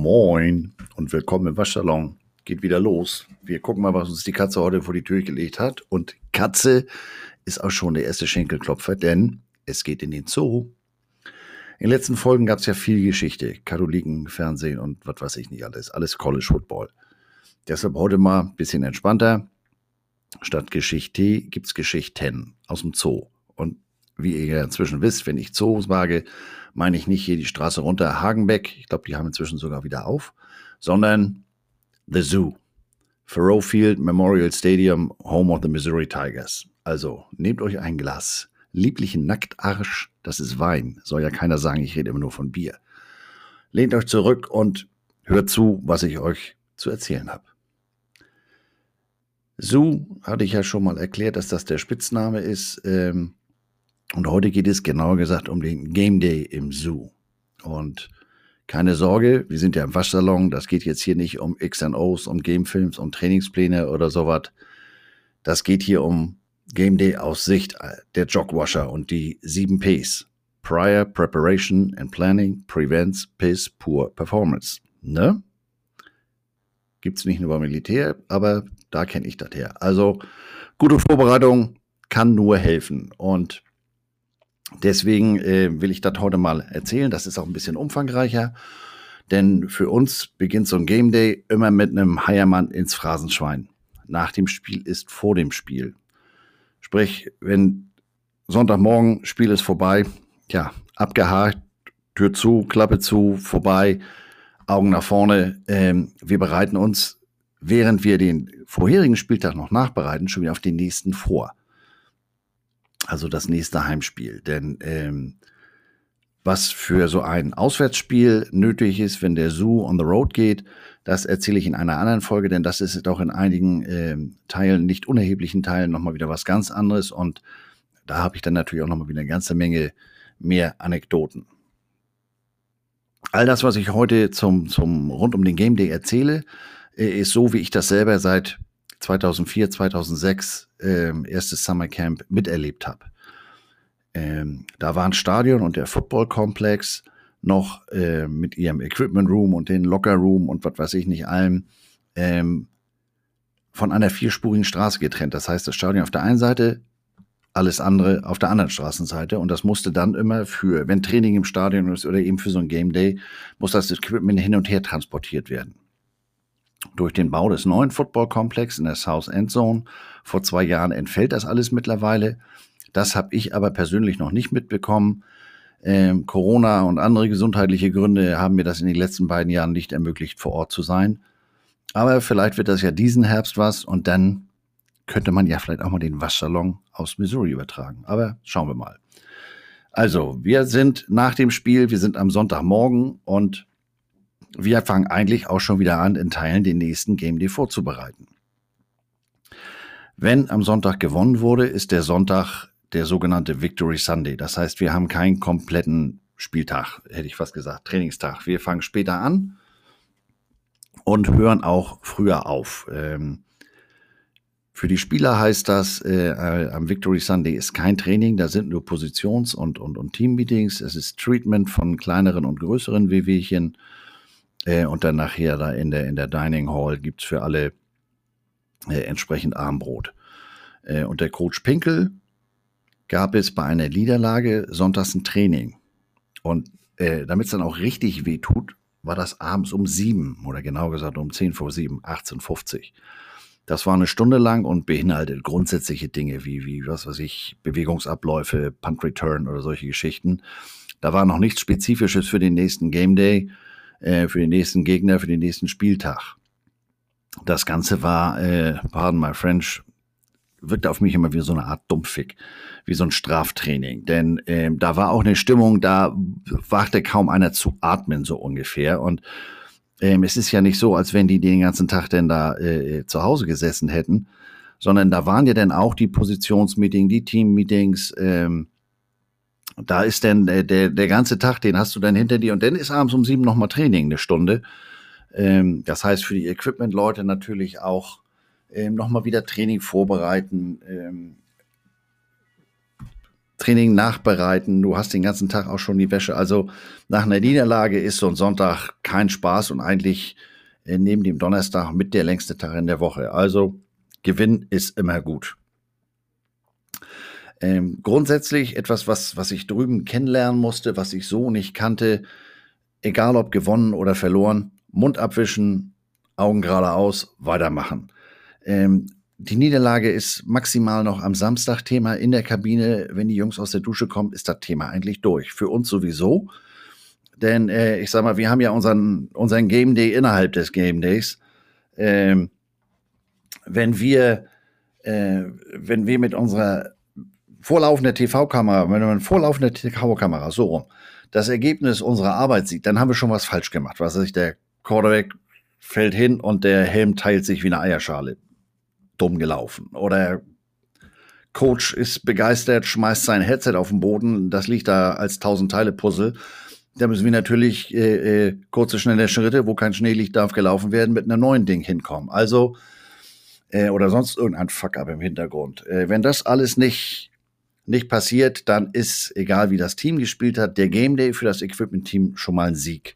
Moin und willkommen im Waschsalon. Geht wieder los. Wir gucken mal, was uns die Katze heute vor die Tür gelegt hat. Und Katze ist auch schon der erste Schenkelklopfer, denn es geht in den Zoo. In den letzten Folgen gab es ja viel Geschichte. Katholiken, Fernsehen und was weiß ich nicht alles. Alles College Football. Deshalb heute mal ein bisschen entspannter. Statt Geschichte gibt's Geschichten aus dem Zoo. Und wie ihr ja inzwischen wisst, wenn ich Zoos sage, meine ich nicht hier die Straße runter Hagenbeck, ich glaube, die haben inzwischen sogar wieder auf, sondern The Zoo. Faurot Field Memorial Stadium, Home of the Missouri Tigers. Also, nehmt euch ein Glas lieblichen Nacktarsch, das ist Wein. Soll ja keiner sagen, ich rede immer nur von Bier. Lehnt euch zurück und hört zu, was ich euch zu erzählen habe. Zoo hatte ich ja schon mal erklärt, dass das der Spitzname ist. Und heute geht es genauer gesagt um den Game Day im Zoo. Und keine Sorge, wir sind ja im Waschsalon. Das geht jetzt hier nicht um X&Os, um Gamefilms, um Trainingspläne oder sowas. Das geht hier um Game Day aus Sicht der Jogwasher und die 7 Ps. Prior, Preparation and Planning prevents Piss Poor Performance. Ne? Gibt's nicht nur beim Militär, aber da kenne ich das her. Also gute Vorbereitung kann nur helfen. Und deswegen will ich das heute mal erzählen. Das ist auch ein bisschen umfangreicher. Denn für uns beginnt so ein Game Day immer mit einem Heiermann ins Phrasenschwein. Nach dem Spiel ist vor dem Spiel. Sprich, wenn Sonntagmorgen, Spiel ist vorbei, ja, abgehakt, Tür zu, Klappe zu, vorbei, Augen nach vorne. Wir bereiten uns, während wir den vorherigen Spieltag noch nachbereiten, schon wieder auf den nächsten vor. Also das nächste Heimspiel. Denn was für so ein Auswärtsspiel nötig ist, wenn der Zoo on the road geht, das erzähle ich in einer anderen Folge, denn das ist auch in einigen Teilen, nicht unerheblichen Teilen, nochmal wieder was ganz anderes. Und da habe ich dann natürlich auch nochmal wieder eine ganze Menge mehr Anekdoten. All das, was ich heute zum rund um den Game Day erzähle, ist so, wie ich das selber seit 2004, 2006 erstes Summer Camp miterlebt habe. Da waren Stadion und der Football-Komplex noch mit ihrem Equipment Room und den Locker Room und was weiß ich nicht allem von einer 4-spurigen Straße getrennt. Das heißt, das Stadion auf der einen Seite, alles andere auf der anderen Straßenseite. Und das musste dann immer wenn Training im Stadion ist oder eben für so ein Game Day, muss das Equipment hin und her transportiert werden. Durch den Bau des neuen Football-Komplex in der South End Zone vor 2 Jahren entfällt das alles mittlerweile. Das habe ich aber persönlich noch nicht mitbekommen. Corona und andere gesundheitliche Gründe haben mir das in den letzten beiden Jahren nicht ermöglicht, vor Ort zu sein. Aber vielleicht wird das ja diesen Herbst was und dann könnte man ja vielleicht auch mal den Waschsalon aus Missouri übertragen. Aber schauen wir mal. Also, wir sind nach dem Spiel, wir sind am Sonntagmorgen und wir fangen eigentlich auch schon wieder an, in Teilen den nächsten Game Day vorzubereiten. Wenn am Sonntag gewonnen wurde, ist der Sonntag der sogenannte Victory Sunday. Das heißt, wir haben keinen kompletten Spieltag, hätte ich fast gesagt, Trainingstag. Wir fangen später an und hören auch früher auf. Für die Spieler heißt das, am Victory Sunday ist kein Training, da sind nur Positions- und Teammeetings. Es ist Treatment von kleineren und größeren Wehwehchen. Und dann nachher da in der Dining Hall gibt's für alle entsprechend Armbrot. Und der Coach Pinkel gab es bei einer Niederlage sonntags ein Training. Und damit es dann auch richtig weh tut, war das abends um 7 oder genau gesagt um 10 vor 7, 18:50. Das war eine Stunde lang und beinhaltet grundsätzliche Dinge wie was weiß ich, Bewegungsabläufe, Punt Return oder solche Geschichten. Da war noch nichts Spezifisches für den nächsten Game Day, für den nächsten Gegner, für den nächsten Spieltag. Das Ganze war, pardon my French, wirkte auf mich immer wie so eine Art Dumpfig, wie so ein Straftraining. Denn da war auch eine Stimmung, da wagte kaum einer zu atmen, so ungefähr. Und es ist ja nicht so, als wenn die den ganzen Tag denn da zu Hause gesessen hätten, sondern da waren ja dann auch die Positionsmeetings, die Teammeetings. Da ist dann der ganze Tag, den hast du dann hinter dir. Und dann ist abends um 7 nochmal Training, eine Stunde. Das heißt für die Equipment-Leute natürlich auch nochmal wieder Training vorbereiten, Training nachbereiten, du hast den ganzen Tag auch schon die Wäsche. Also nach einer Niederlage ist so ein Sonntag kein Spaß und eigentlich neben dem Donnerstag mit der längste Tag in der Woche. Also Gewinn ist immer gut. Grundsätzlich etwas, was ich drüben kennenlernen musste, was ich so nicht kannte, egal ob gewonnen oder verloren, Mund abwischen, Augen geradeaus, weitermachen. Die Niederlage ist maximal noch am Samstag Thema in der Kabine. Wenn die Jungs aus der Dusche kommen, ist das Thema eigentlich durch. Für uns sowieso. Denn ich sag mal, wir haben ja unseren Game Day innerhalb des Game Days. Wenn wir mit unserer vorlaufenden TV-Kamera, wenn man vorlaufende TV-Kamera so rum das Ergebnis unserer Arbeit sieht, dann haben wir schon was falsch gemacht. Was weiß ich, der Quarterback fällt hin und der Helm teilt sich wie eine Eierschale. Dumm gelaufen. Oder Coach ist begeistert, schmeißt sein Headset auf den Boden, das liegt da als 1000-Teile-Puzzle. Da müssen wir natürlich kurze, schnelle Schritte, wo kein Schnee liegt, darf gelaufen werden, mit einem neuen Ding hinkommen. Also, oder sonst irgendein Fuck-up im Hintergrund. Wenn das alles nicht passiert, dann ist, egal wie das Team gespielt hat, der Game Day für das Equipment-Team schon mal ein Sieg.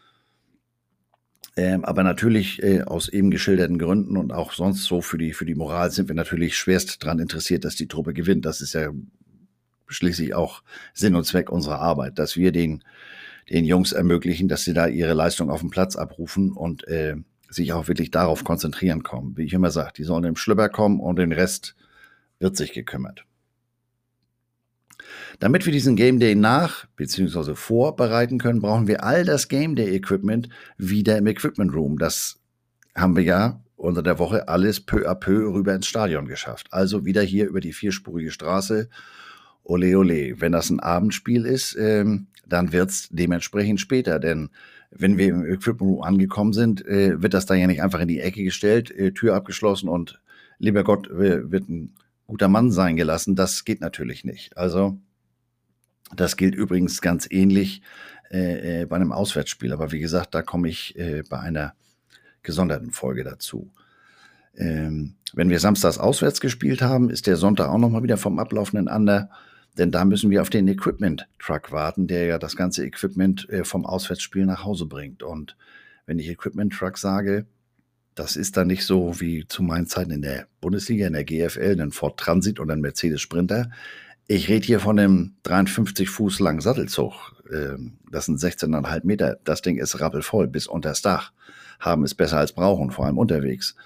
Aber natürlich aus eben geschilderten Gründen und auch sonst so für die Moral sind wir natürlich schwerst daran interessiert, dass die Truppe gewinnt. Das ist ja schließlich auch Sinn und Zweck unserer Arbeit, dass wir den Jungs ermöglichen, dass sie da ihre Leistung auf dem Platz abrufen und sich auch wirklich darauf konzentrieren kommen. Wie ich immer sage, die sollen im Schlüpper kommen und den Rest wird sich gekümmert. Damit wir diesen Game Day bzw. vorbereiten können, brauchen wir all das Game Day Equipment wieder im Equipment Room. Das haben wir ja unter der Woche alles peu à peu rüber ins Stadion geschafft. Also wieder hier über die 4-spurige Straße. Ole, ole. Wenn das ein Abendspiel ist, dann wird's dementsprechend später. Denn wenn wir im Equipment Room angekommen sind, wird das da ja nicht einfach in die Ecke gestellt, Tür abgeschlossen und lieber Gott, wird ein guter Mann sein gelassen. Das geht natürlich nicht. Also das gilt übrigens ganz ähnlich bei einem Auswärtsspiel. Aber wie gesagt, da komme ich bei einer gesonderten Folge dazu. Wenn wir samstags auswärts gespielt haben, ist der Sonntag auch nochmal wieder vom ablaufenden Ander. Denn da müssen wir auf den Equipment-Truck warten, der ja das ganze Equipment vom Auswärtsspiel nach Hause bringt. Und wenn ich Equipment-Truck sage, das ist dann nicht so wie zu meinen Zeiten in der Bundesliga, in der GFL, ein Ford Transit oder ein Mercedes Sprinter. Ich rede hier von einem 53 Fuß langen Sattelzug. Das sind 16,5 Meter. Das Ding ist rappelvoll bis unters Dach. Haben es besser als brauchen, vor allem unterwegs.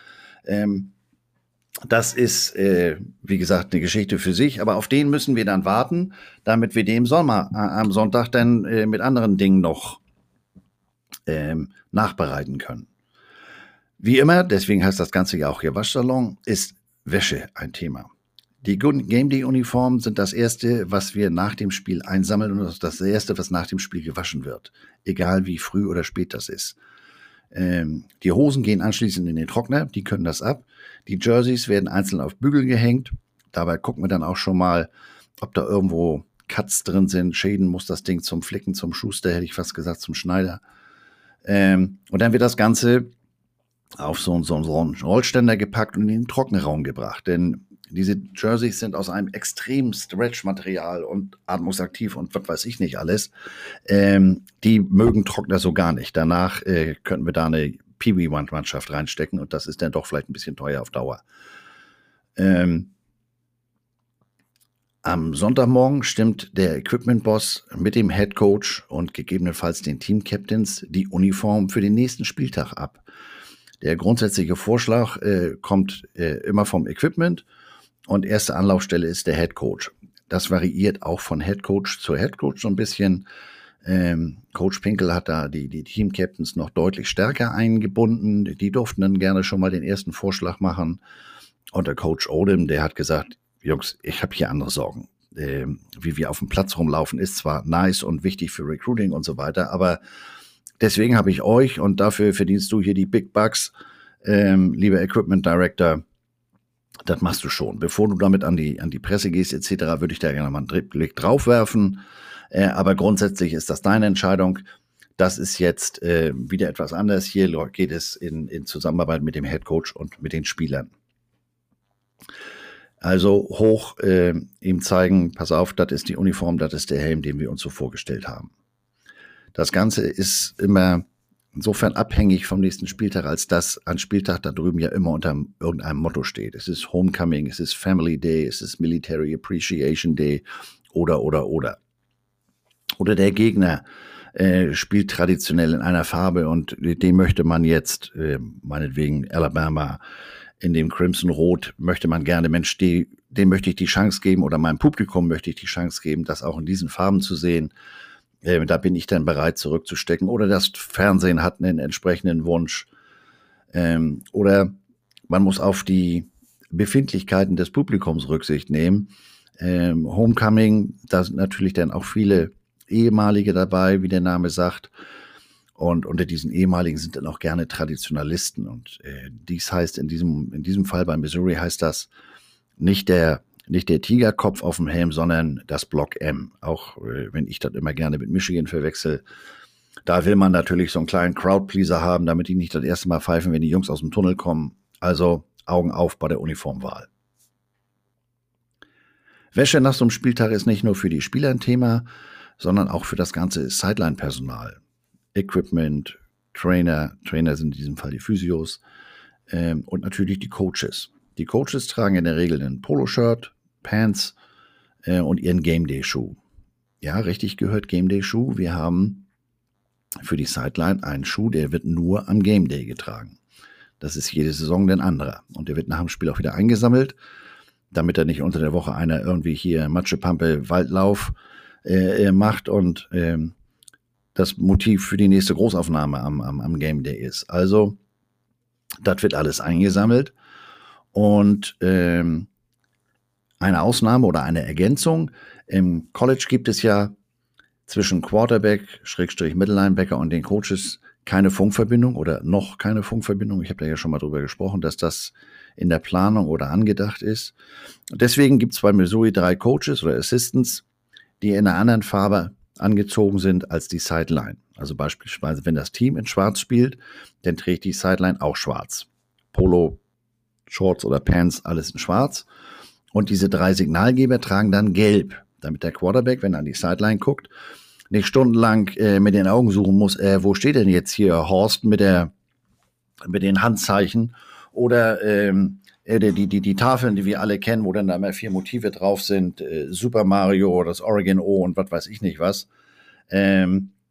Das ist, wie gesagt, eine Geschichte für sich. Aber auf den müssen wir dann warten, damit wir den Sommer am Sonntag dann mit anderen Dingen noch nachbereiten können. Wie immer, deswegen heißt das Ganze ja auch hier Waschsalon, ist Wäsche ein Thema. Die Game Day Uniformen sind das erste, was wir nach dem Spiel einsammeln und das erste, was nach dem Spiel gewaschen wird. Egal wie früh oder spät das ist. Die Hosen gehen anschließend in den Trockner, die können das ab. Die Jerseys werden einzeln auf Bügel gehängt. Dabei gucken wir dann auch schon mal, ob da irgendwo Cuts drin sind. Schäden muss das Ding zum Flicken, zum Schuster, hätte ich fast gesagt, zum Schneider. Und dann wird das Ganze auf so einen Rollständer gepackt und in den Trocknerraum gebracht. Denn diese Jerseys sind aus einem extremen Stretch-Material und atmungsaktiv und was weiß ich nicht alles. Die mögen Trockner so gar nicht. Danach könnten wir da eine Peewee-Mannschaft reinstecken und das ist dann doch vielleicht ein bisschen teuer auf Dauer. Am Sonntagmorgen stimmt der Equipment-Boss mit dem Head-Coach und gegebenenfalls den Team-Captains die Uniform für den nächsten Spieltag ab. Der grundsätzliche Vorschlag kommt immer vom Equipment und erste Anlaufstelle ist der Head Coach. Das variiert auch von Head Coach zu Head Coach so ein bisschen. Coach Pinkel hat da die Team Captains noch deutlich stärker eingebunden. Die durften dann gerne schon mal den ersten Vorschlag machen. Und der Coach Odom, der hat gesagt, Jungs, ich habe hier andere Sorgen. Wie wir auf dem Platz rumlaufen, ist zwar nice und wichtig für Recruiting und so weiter, aber deswegen habe ich euch und dafür verdienst du hier die Big Bucks, lieber Equipment Director. Das machst du schon. Bevor du damit an die Presse gehst etc., würde ich da gerne mal einen Blick drauf werfen. Aber grundsätzlich ist das deine Entscheidung. Das ist jetzt wieder etwas anders. Hier geht es in Zusammenarbeit mit dem Head Coach und mit den Spielern. Also hoch ihm zeigen, pass auf, das ist die Uniform, das ist der Helm, den wir uns so vorgestellt haben. Das Ganze ist immer insofern abhängig vom nächsten Spieltag, als dass ein Spieltag da drüben ja immer unter irgendeinem Motto steht. Es ist Homecoming, es ist Family Day, es ist Military Appreciation Day oder. Oder der Gegner spielt traditionell in einer Farbe und dem möchte man jetzt, meinetwegen Alabama, in dem Crimson Rot, möchte man gerne, Mensch, dem möchte ich die Chance geben oder meinem Publikum möchte ich die Chance geben, das auch in diesen Farben zu sehen. Da bin ich dann bereit zurückzustecken. Oder das Fernsehen hat einen entsprechenden Wunsch. Oder man muss auf die Befindlichkeiten des Publikums Rücksicht nehmen. Homecoming, da sind natürlich dann auch viele Ehemalige dabei, wie der Name sagt. Und unter diesen Ehemaligen sind dann auch gerne Traditionalisten. Und dies heißt in diesem Fall bei Missouri heißt das nicht der Tigerkopf auf dem Helm, sondern das Block M. Auch wenn ich das immer gerne mit Michigan verwechsel. Da will man natürlich so einen kleinen Crowdpleaser haben, damit die nicht das erste Mal pfeifen, wenn die Jungs aus dem Tunnel kommen. Also Augen auf bei der Uniformwahl. Wäsche nach so einem Spieltag ist nicht nur für die Spieler ein Thema, sondern auch für das ganze Sideline-Personal. Equipment, Trainer sind in diesem Fall die Physios und natürlich die Coaches. Die Coaches tragen in der Regel ein Poloshirt, Pants und ihren Game Day Schuh. Ja, richtig gehört, Game Day Schuh. Wir haben für die Sideline einen Schuh, der wird nur am Game Day getragen. Das ist jede Saison ein anderer. Und der wird nach dem Spiel auch wieder eingesammelt, damit er nicht unter der Woche einer irgendwie hier Matschepampe Waldlauf macht und das Motiv für die nächste Großaufnahme am Game Day ist. Also, das wird alles eingesammelt. Und eine Ausnahme oder eine Ergänzung. Im College gibt es ja zwischen Quarterback, Mittellinebacker und den Coaches keine Funkverbindung oder noch keine Funkverbindung. Ich habe da ja schon mal drüber gesprochen, dass das in der Planung oder angedacht ist. Deswegen gibt es bei Missouri 3 Coaches oder Assistants, die in einer anderen Farbe angezogen sind als die Sideline. Also beispielsweise, wenn das Team in Schwarz spielt, dann trägt die Sideline auch schwarz. Polo, Shorts oder Pants, alles in schwarz. Und diese 3 Signalgeber tragen dann gelb, damit der Quarterback, wenn er an die Sideline guckt, nicht stundenlang mit den Augen suchen muss, wo steht denn jetzt hier Horst mit den Handzeichen oder die Tafeln, die wir alle kennen, wo dann da immer 4 Motive drauf sind, Super Mario, das Oregon O und was weiß ich nicht was. Da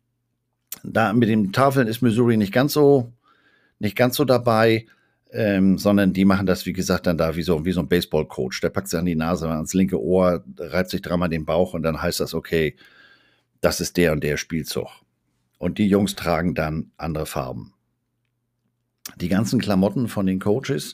mit den Tafeln ist Missouri nicht ganz so dabei, sondern die machen das, wie gesagt, dann da wie so ein Baseball-Coach. Der packt sich an die Nase, ans linke Ohr, reibt sich dreimal den Bauch und dann heißt das, okay, das ist der und der Spielzug. Und die Jungs tragen dann andere Farben. Die ganzen Klamotten von den Coaches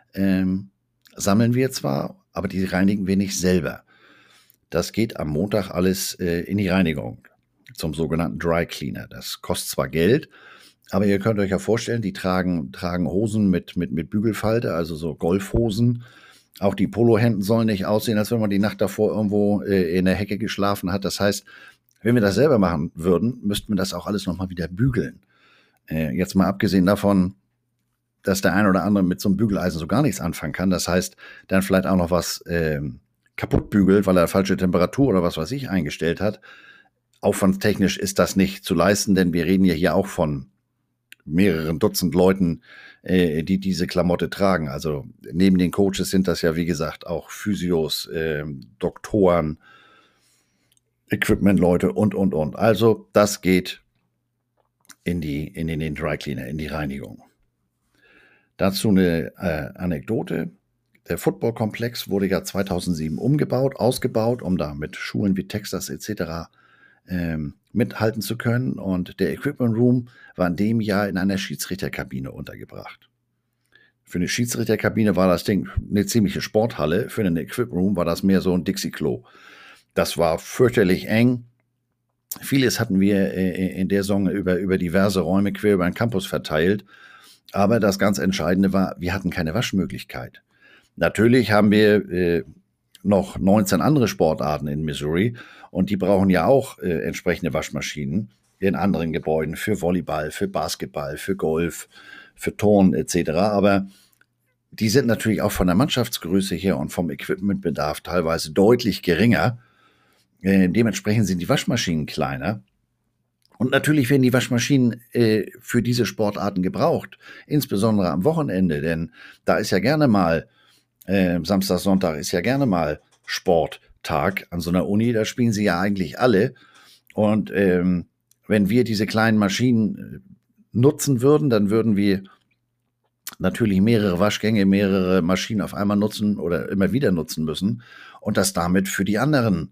sammeln wir zwar, aber die reinigen wir nicht selber. Das geht am Montag alles in die Reinigung zum sogenannten Dry Cleaner. Das kostet zwar Geld, aber ihr könnt euch ja vorstellen, die tragen Hosen mit Bügelfalte, also so Golfhosen. Auch die Polohemden sollen nicht aussehen, als wenn man die Nacht davor irgendwo in der Hecke geschlafen hat. Das heißt, wenn wir das selber machen würden, müssten wir das auch alles nochmal wieder bügeln. Jetzt mal abgesehen davon, dass der ein oder andere mit so einem Bügeleisen so gar nichts anfangen kann. Das heißt, dann vielleicht auch noch was kaputt bügelt, weil er falsche Temperatur oder was weiß ich eingestellt hat. Aufwandstechnisch ist das nicht zu leisten, denn wir reden ja hier auch von mehreren Dutzend Leuten, die diese Klamotte tragen. Also neben den Coaches sind das ja, wie gesagt, auch Physios, Doktoren, Equipment-Leute und. Also das geht in den Dry Cleaner, in die Reinigung. Dazu eine Anekdote. Der Footballkomplex wurde ja 2007 ausgebaut, um da mit Schulen wie Texas etc. Mithalten zu können. Und der Equipment Room war in dem Jahr in einer Schiedsrichterkabine untergebracht. Für eine Schiedsrichterkabine war das Ding eine ziemliche Sporthalle. Für einen Equipment Room war das mehr so ein Dixie-Klo. Das war fürchterlich eng. Vieles hatten wir in der Saison über diverse Räume quer über den Campus verteilt. Aber das ganz Entscheidende war, wir hatten keine Waschmöglichkeit. Natürlich haben wir noch 19 andere Sportarten in Missouri und die brauchen ja auch entsprechende Waschmaschinen in anderen Gebäuden für Volleyball, für Basketball, für Golf, für Turnen etc. Aber Die sind natürlich auch von der Mannschaftsgröße her und vom Equipmentbedarf teilweise deutlich geringer. Dementsprechend sind die Waschmaschinen kleiner. Und natürlich werden die Waschmaschinen für diese Sportarten gebraucht, insbesondere am Wochenende, denn da ist ja gerne mal, Samstag, Sonntag ist ja gerne mal Sporttag an so einer Uni, da spielen sie ja eigentlich alle. Und wenn wir diese kleinen Maschinen nutzen würden, dann würden wir natürlich mehrere Waschgänge, mehrere Maschinen auf einmal nutzen oder immer wieder nutzen müssen und das damit für die anderen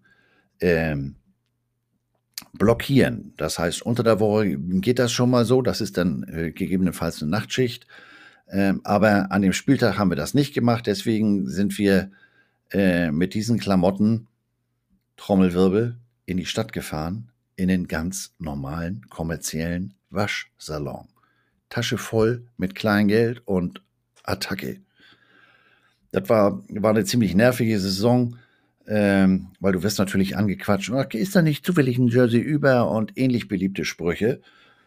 blockieren. Das heißt, unter der Woche geht das schon mal so, das ist dann gegebenenfalls eine Nachtschicht. Aber an dem Spieltag haben wir das nicht gemacht, deswegen sind wir mit diesen Klamotten, Trommelwirbel, in die Stadt gefahren, in den ganz normalen kommerziellen Waschsalon. Tasche voll mit Kleingeld und Attacke. Das war eine ziemlich nervige Saison, weil du wirst natürlich angequatscht. Okay, ist da nicht zufällig ein Jersey über und ähnlich beliebte Sprüche.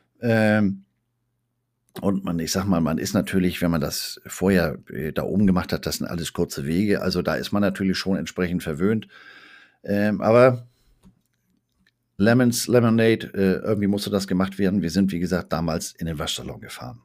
Und ich sag mal, man ist natürlich, wenn man das vorher da oben gemacht hat, das sind alles kurze Wege. Also da ist man natürlich schon entsprechend verwöhnt. Aber Lemonade, irgendwie musste das gemacht werden. Wir sind, wie gesagt, damals in den Waschsalon gefahren.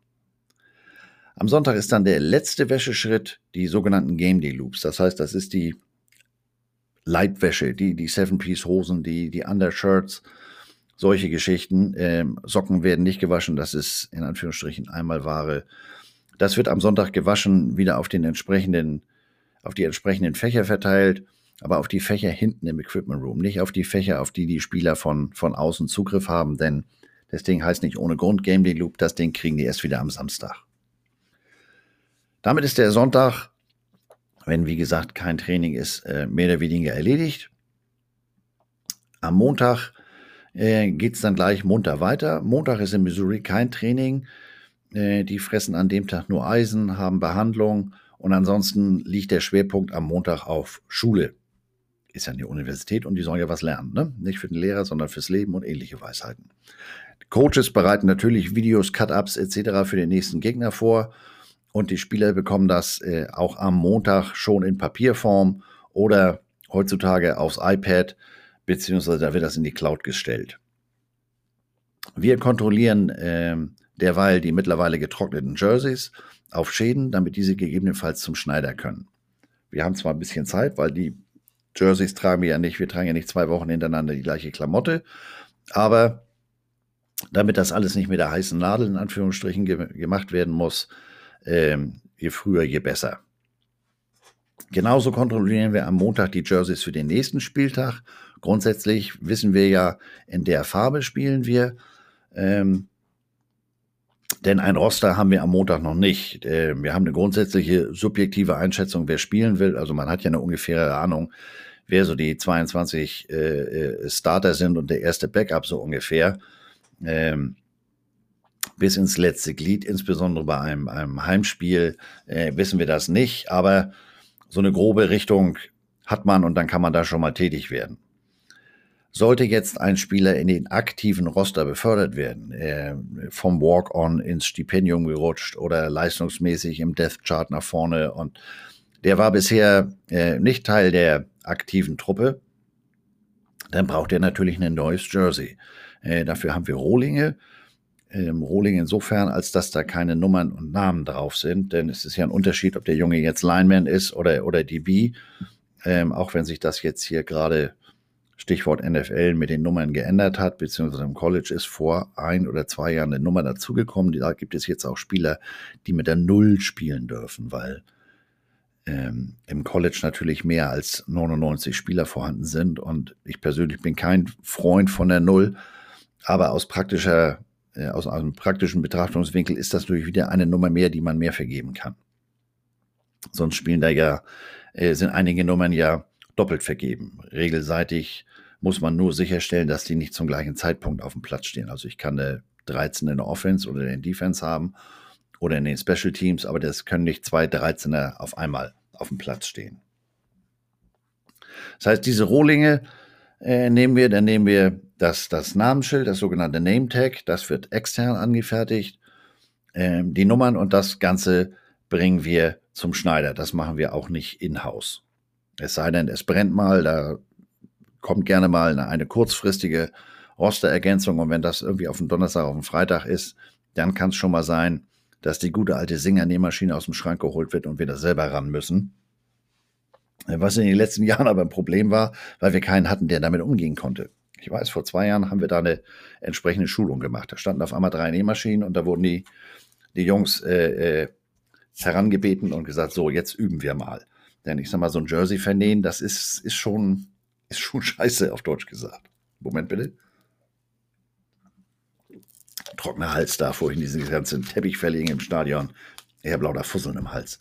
Am Sonntag ist dann der letzte Wäscheschritt, die sogenannten Game Day Loops. Das heißt, das ist die Leibwäsche, die Seven-Piece-Hosen, die Undershirts, solche Geschichten. Socken werden nicht gewaschen, das ist in Anführungsstrichen Einmalware. Das wird am Sonntag gewaschen, wieder auf die entsprechenden Fächer verteilt, aber auf die Fächer hinten im Equipment Room, nicht auf die Fächer, auf die Spieler von außen Zugriff haben, denn das Ding heißt nicht ohne Grund Game Day Loop, das Ding kriegen die erst wieder am Samstag. Damit ist der Sonntag, wenn wie gesagt kein Training ist, mehr oder weniger erledigt. Am Montag geht es dann gleich munter weiter. Montag ist in Missouri kein Training. Die fressen an dem Tag nur Eisen, haben Behandlung und ansonsten liegt der Schwerpunkt am Montag auf Schule. Ist ja eine Universität und die sollen ja was lernen, ne? Nicht für den Lehrer, sondern fürs Leben und ähnliche Weisheiten. Coaches bereiten natürlich Videos, Cut-Ups etc. für den nächsten Gegner vor und die Spieler bekommen das auch am Montag schon in Papierform oder heutzutage aufs iPad, beziehungsweise da wird das in die Cloud gestellt. Wir kontrollieren derweil die mittlerweile getrockneten Jerseys auf Schäden, damit diese gegebenenfalls zum Schneider können. Wir haben zwar ein bisschen Zeit, weil die Jerseys tragen wir ja nicht, wir tragen ja nicht 2 Wochen hintereinander die gleiche Klamotte, aber damit das alles nicht mit der heißen Nadel in Anführungsstrichen gemacht werden muss, je früher, je besser. Genauso kontrollieren wir am Montag die Jerseys für den nächsten Spieltag. Grundsätzlich wissen wir ja, in der Farbe spielen wir. Denn ein Roster haben wir am Montag noch nicht. Wir haben eine grundsätzliche subjektive Einschätzung, wer spielen will. Also man hat ja eine ungefähre Ahnung, wer so die 22 Starter sind und der erste Backup so ungefähr. Bis ins letzte Glied, insbesondere bei einem Heimspiel, wissen wir das nicht. Aber so eine grobe Richtung hat man und dann kann man da schon mal tätig werden. Sollte jetzt ein Spieler in den aktiven Roster befördert werden, vom Walk-on ins Stipendium gerutscht oder leistungsmäßig im Depth Chart nach vorne und der war bisher nicht Teil der aktiven Truppe, dann braucht er natürlich ein neues Jersey. Dafür haben wir Rohlinge. Rohling insofern, als dass da keine Nummern und Namen drauf sind, denn es ist ja ein Unterschied, ob der Junge jetzt Lineman ist oder DB, auch wenn sich das jetzt hier gerade Stichwort NFL mit den Nummern geändert hat, beziehungsweise im College ist vor 1 oder 2 Jahren eine Nummer dazugekommen. Da gibt es jetzt auch Spieler, die mit der 0 spielen dürfen, weil im College natürlich mehr als 99 Spieler vorhanden sind und ich persönlich bin kein Freund von der 0, aber aus einem praktischen Betrachtungswinkel ist das natürlich wieder eine Nummer mehr, die man mehr vergeben kann. Sonst sind einige Nummern ja doppelt vergeben. Regelseitig muss man nur sicherstellen, dass die nicht zum gleichen Zeitpunkt auf dem Platz stehen. Also ich kann eine 13 in der Offense oder in der Defense haben oder in den Special Teams, aber das können nicht 2 13er auf einmal auf dem Platz stehen. Das heißt, diese Rohlinge nehmen wir das Namensschild, das sogenannte Name Tag, das wird extern angefertigt. Die Nummern und das Ganze bringen wir zum Schneider. Das machen wir auch nicht in-house. Es sei denn, es brennt mal, da kommt gerne mal eine kurzfristige Rosterergänzung. Und wenn das irgendwie auf den Donnerstag, auf den Freitag ist, dann kann es schon mal sein, dass die gute alte Singer-Nähmaschine aus dem Schrank geholt wird und wir da selber ran müssen. Was in den letzten Jahren aber ein Problem war, weil wir keinen hatten, der damit umgehen konnte. Ich weiß, vor 2 Jahren haben wir da eine entsprechende Schulung gemacht. Da standen auf einmal 3 Nähmaschinen und da wurden die Jungs herangebeten und gesagt, so, jetzt üben wir mal. Denn ich sag mal, so ein Jersey vernähen, das ist schon scheiße, auf Deutsch gesagt. Moment bitte. Trockener Hals da, vorhin diesen ganzen Teppich verlegen im Stadion. Ich habe lauter Fusseln im Hals.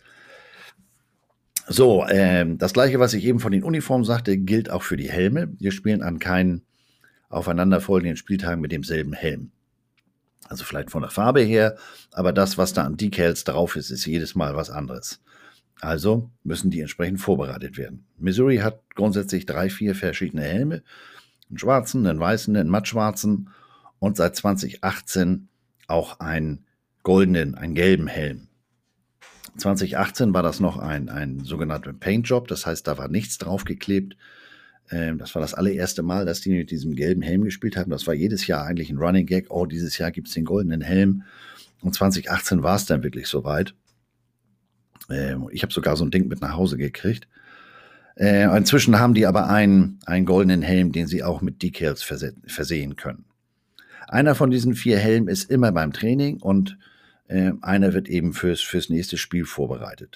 So, das Gleiche, was ich eben von den Uniformen sagte, gilt auch für die Helme. Wir spielen an keinen aufeinanderfolgenden Spieltagen mit demselben Helm. Also vielleicht von der Farbe her, aber das, was da an Decals drauf ist, ist jedes Mal was anderes. Also müssen die entsprechend vorbereitet werden. Missouri hat grundsätzlich 3, 4 verschiedene Helme. Einen schwarzen, einen weißen, einen mattschwarzen und seit 2018 auch einen goldenen, einen gelben Helm. 2018 war das noch ein sogenannter Paintjob, das heißt, da war nichts draufgeklebt. Das war das allererste Mal, dass die mit diesem gelben Helm gespielt haben. Das war jedes Jahr eigentlich ein Running Gag. Oh, dieses Jahr gibt es den goldenen Helm. Und 2018 war es dann wirklich soweit. Ich habe sogar so ein Ding mit nach Hause gekriegt. Inzwischen haben die aber einen goldenen Helm, den sie auch mit Decals versehen können. Einer von diesen 4 Helmen ist immer beim Training und einer wird eben fürs nächste Spiel vorbereitet.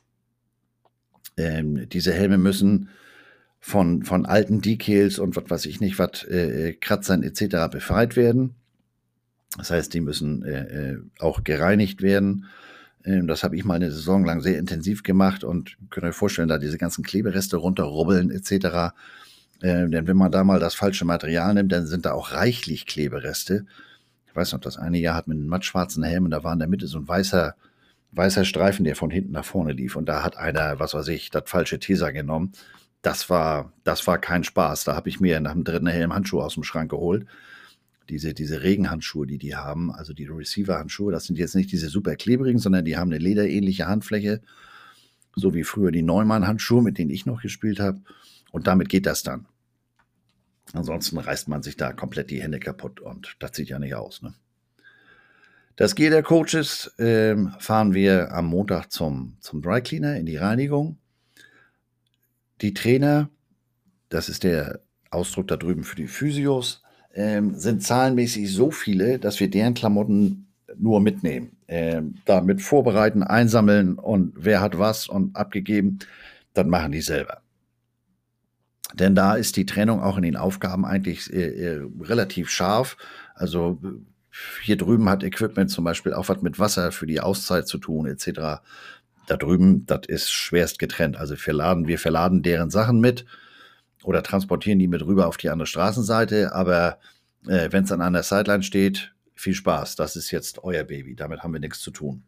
Diese Helme müssen von alten Decals und was weiß ich nicht, Kratzern etc. befreit werden. Das heißt, die müssen auch gereinigt werden. Das habe ich mal eine Saison lang sehr intensiv gemacht und könnt euch vorstellen, da diese ganzen Klebereste runterrubbeln etc. Denn wenn man da mal das falsche Material nimmt, dann sind da auch reichlich Klebereste. Ich weiß noch, das eine Jahr hat mit einem mattschwarzen Helm und da war in der Mitte so ein weißer Streifen, der von hinten nach vorne lief. Und da hat einer, was weiß ich, das falsche Tesa genommen. Das war kein Spaß. Da habe ich mir nach dem 3. Helm Handschuhe aus dem Schrank geholt. Diese Regenhandschuhe, die haben, also die Receiver-Handschuhe, das sind jetzt nicht diese super klebrigen, sondern die haben eine lederähnliche Handfläche, so wie früher die Neumann-Handschuhe, mit denen ich noch gespielt habe. Und damit geht das dann. Ansonsten reißt man sich da komplett die Hände kaputt und das sieht ja nicht aus. Ne? Das Gear der Coaches fahren wir am Montag zum Dry Cleaner in die Reinigung. Die Trainer, das ist der Ausdruck da drüben für die Physios, sind zahlenmäßig so viele, dass wir deren Klamotten nur mitnehmen. Damit vorbereiten, einsammeln und wer hat was und abgegeben, das machen die selber. Denn da ist die Trennung auch in den Aufgaben eigentlich relativ scharf. Also hier drüben hat Equipment zum Beispiel auch was mit Wasser für die Auszeit zu tun etc. Da drüben, das ist schwerst getrennt. Also wir verladen deren Sachen mit oder transportieren die mit rüber auf die andere Straßenseite. Aber wenn es dann an der Sideline steht, viel Spaß. Das ist jetzt euer Baby. Damit haben wir nichts zu tun.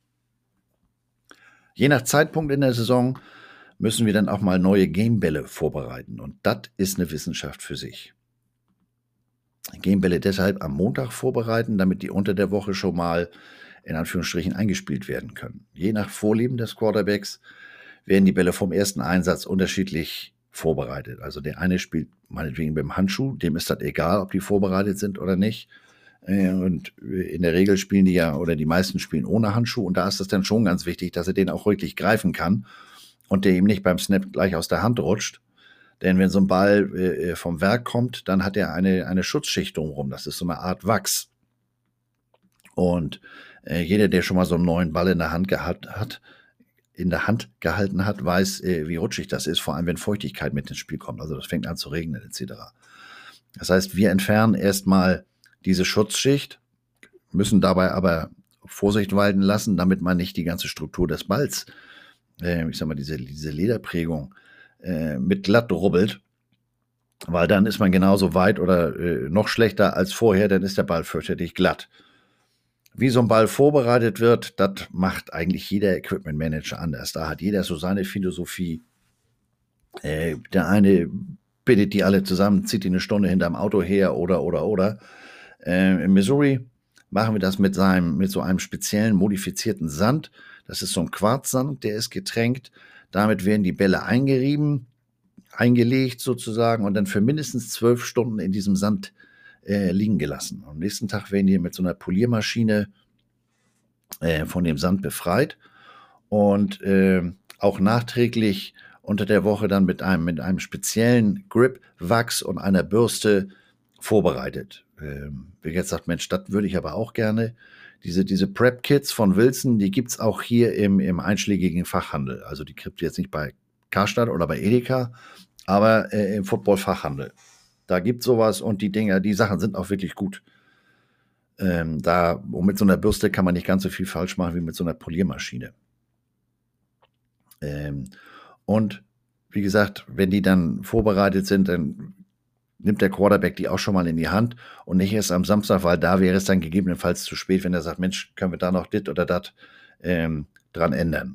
Je nach Zeitpunkt in der Saison müssen wir dann auch mal neue Gamebälle vorbereiten. Und das ist eine Wissenschaft für sich. Gamebälle deshalb am Montag vorbereiten, damit die unter der Woche schon mal in Anführungsstrichen eingespielt werden können. Je nach Vorlieben des Quarterbacks werden die Bälle vom ersten Einsatz unterschiedlich vorbereitet. Also der eine spielt meinetwegen mit dem Handschuh, dem ist das egal, ob die vorbereitet sind oder nicht. Und in der Regel spielen die ja, oder die meisten spielen ohne Handschuh. Und da ist es dann schon ganz wichtig, dass er den auch wirklich greifen kann und der ihm nicht beim Snap gleich aus der Hand rutscht. Denn wenn so ein Ball vom Werk kommt, dann hat er eine Schutzschicht drumherum. Das ist so eine Art Wachs. Und jeder, der schon mal so einen neuen Ball in der Hand gehalten hat, weiß, wie rutschig das ist, vor allem wenn Feuchtigkeit mit ins Spiel kommt. Also das fängt an zu regnen etc. Das heißt, wir entfernen erstmal diese Schutzschicht, müssen dabei aber Vorsicht walten lassen, damit man nicht die ganze Struktur des Balls, ich sag mal, diese Lederprägung mit glatt rubbelt, weil dann ist man genauso weit oder noch schlechter als vorher, dann ist der Ball fürchterlich glatt. Wie so ein Ball vorbereitet wird, das macht eigentlich jeder Equipment Manager anders. Da hat jeder so seine Philosophie. Der eine bittet die alle zusammen, zieht die eine Stunde hinterm Auto her oder. In Missouri machen wir das mit so einem speziellen modifizierten Sand. Das ist so ein Quarzsand, der ist getränkt. Damit werden die Bälle eingerieben, eingelegt sozusagen und dann für mindestens 12 Stunden in diesem Sand liegen gelassen. Am nächsten Tag werden die mit so einer Poliermaschine von dem Sand befreit und auch nachträglich unter der Woche dann mit einem speziellen Grip, Wachs und einer Bürste vorbereitet. Wie jetzt sagt, Mensch, das würde ich aber auch gerne. Diese Prep-Kits von Wilson, die gibt es auch hier im einschlägigen Fachhandel. Also die kriegt ihr jetzt nicht bei Karstadt oder bei Edeka, aber im Football-Fachhandel. Da gibt es sowas und die Sachen sind auch wirklich gut. Und mit so einer Bürste kann man nicht ganz so viel falsch machen wie mit so einer Poliermaschine. Und wie gesagt, wenn die dann vorbereitet sind, dann nimmt der Quarterback die auch schon mal in die Hand und nicht erst am Samstag, weil da wäre es dann gegebenenfalls zu spät, wenn er sagt, Mensch, können wir da noch dit oder dat dran ändern.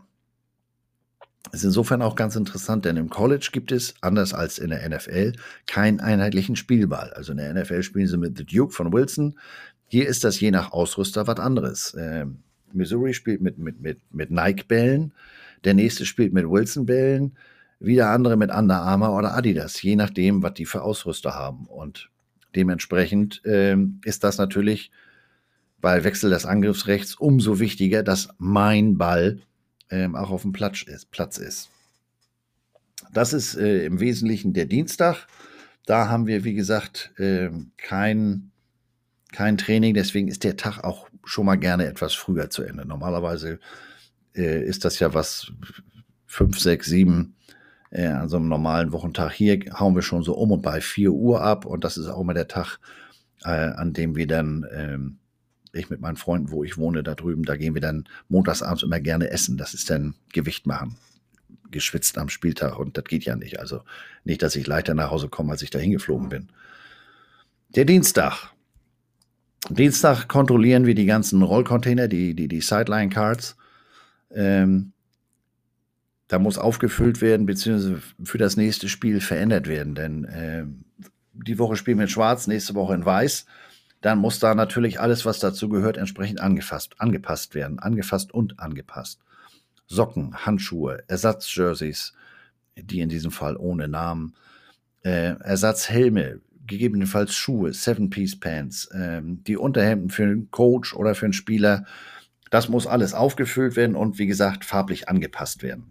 Ist insofern auch ganz interessant, denn im College gibt es, anders als in der NFL, keinen einheitlichen Spielball. Also in der NFL spielen sie mit The Duke von Wilson. Hier ist das je nach Ausrüster was anderes. Missouri spielt mit Nike-Bällen, der nächste spielt mit Wilson-Bällen, wieder andere mit Under Armour oder Adidas, je nachdem, was die für Ausrüster haben. Und dementsprechend ist das natürlich bei Wechsel des Angriffsrechts umso wichtiger, dass mein Ball auch auf dem Platz ist. Das ist im Wesentlichen der Dienstag. Da haben wir, wie gesagt, kein Training, deswegen ist der Tag auch schon mal gerne etwas früher zu Ende. Normalerweise ist das ja was 5, 6, 7 an so einem normalen Wochentag. Hier hauen wir schon so um und bei 4 Uhr ab und das ist auch immer der Tag, an dem wir dann, ich mit meinen Freunden, wo ich wohne, da drüben, da gehen wir dann montagsabends immer gerne essen. Das ist dann Gewicht machen, geschwitzt am Spieltag und das geht ja nicht. Also nicht, dass ich leichter nach Hause komme, als ich da hingeflogen bin. Der Dienstag. Dienstag kontrollieren wir die ganzen Rollcontainer, die Sideline-Cards. Da muss aufgefüllt werden, beziehungsweise für das nächste Spiel verändert werden, denn die Woche spielen wir in Schwarz, nächste Woche in Weiß. Dann muss da natürlich alles, was dazu gehört, entsprechend angepasst werden. Angefasst und angepasst. Socken, Handschuhe, Ersatzjerseys, die in diesem Fall ohne Namen, Ersatzhelme, gegebenenfalls Schuhe, 7-Piece-Pants, die Unterhemden für einen Coach oder für einen Spieler. Das muss alles aufgefüllt werden und wie gesagt farblich angepasst werden.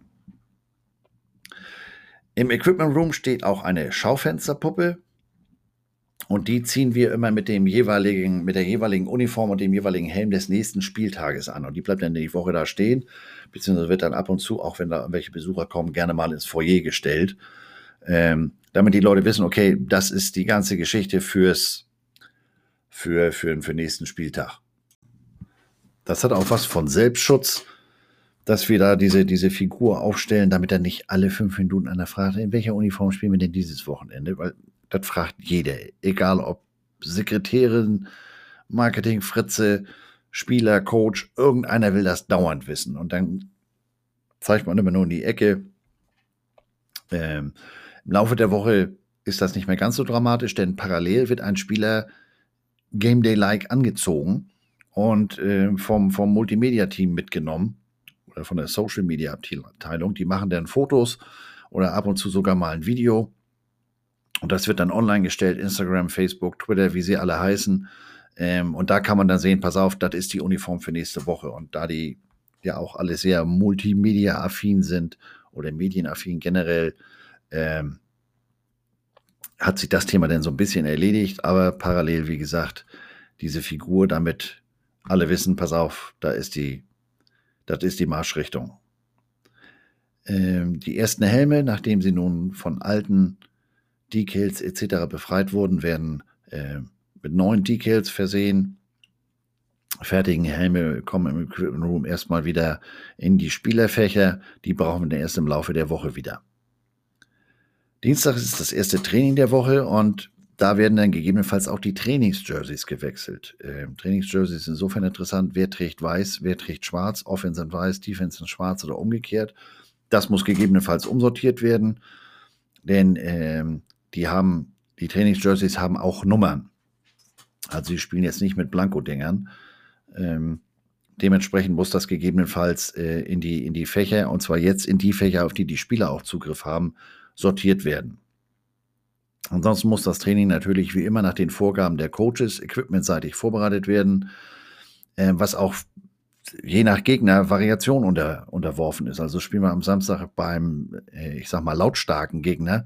Im Equipment Room steht auch eine Schaufensterpuppe und die ziehen wir immer mit der jeweiligen Uniform und dem jeweiligen Helm des nächsten Spieltages an. Und die bleibt dann die Woche da stehen, beziehungsweise wird dann ab und zu, auch wenn da irgendwelche Besucher kommen, gerne mal ins Foyer gestellt. Damit die Leute wissen, okay, das ist die ganze Geschichte für nächsten Spieltag. Das hat auch was von Selbstschutz, dass wir da diese Figur aufstellen, damit er nicht alle 5 Minuten einer fragt, in welcher Uniform spielen wir denn dieses Wochenende? Weil das fragt jeder, egal ob Sekretärin, Marketing, Fritze, Spieler, Coach, irgendeiner will das dauernd wissen. Und dann zeigt man immer nur in die Ecke. Im Laufe der Woche ist das nicht mehr ganz so dramatisch, denn parallel wird ein Spieler Game Day-like angezogen und vom Multimedia-Team mitgenommen oder von der Social-Media-Abteilung. Die machen dann Fotos oder ab und zu sogar mal ein Video. Und das wird dann online gestellt, Instagram, Facebook, Twitter, wie sie alle heißen. Und da kann man dann sehen, pass auf, das ist die Uniform für nächste Woche. Und da die ja auch alle sehr multimedia-affin sind oder medienaffin generell, hat sich das Thema dann so ein bisschen erledigt. Aber parallel, wie gesagt, diese Figur, damit alle wissen, pass auf, das ist die Marschrichtung. Die ersten Helme, nachdem sie nun von alten Decals etc. befreit wurden, werden mit neuen Decals versehen. Fertigen Helme kommen im Equipment Room erstmal wieder in die Spielerfächer. Die brauchen wir dann erst im Laufe der Woche wieder. Dienstag ist das erste Training der Woche und da werden dann gegebenenfalls auch die Trainingsjerseys gewechselt. Trainingsjerseys ist insofern interessant, wer trägt weiß, wer trägt schwarz, Offense in weiß, Defense in schwarz oder umgekehrt. Das muss gegebenenfalls umsortiert werden, denn die Trainingsjerseys haben auch Nummern. Also sie spielen jetzt nicht mit Blanko-Dingern, dementsprechend muss das gegebenenfalls in die Fächer, und zwar jetzt in die Fächer, auf die die Spieler auch Zugriff haben, sortiert werden. Ansonsten muss das Training natürlich wie immer nach den Vorgaben der Coaches equipmentseitig vorbereitet werden, was auch je nach Gegner Variation unterworfen ist. Also spielen wir am Samstag beim, ich sag mal, lautstarken Gegner,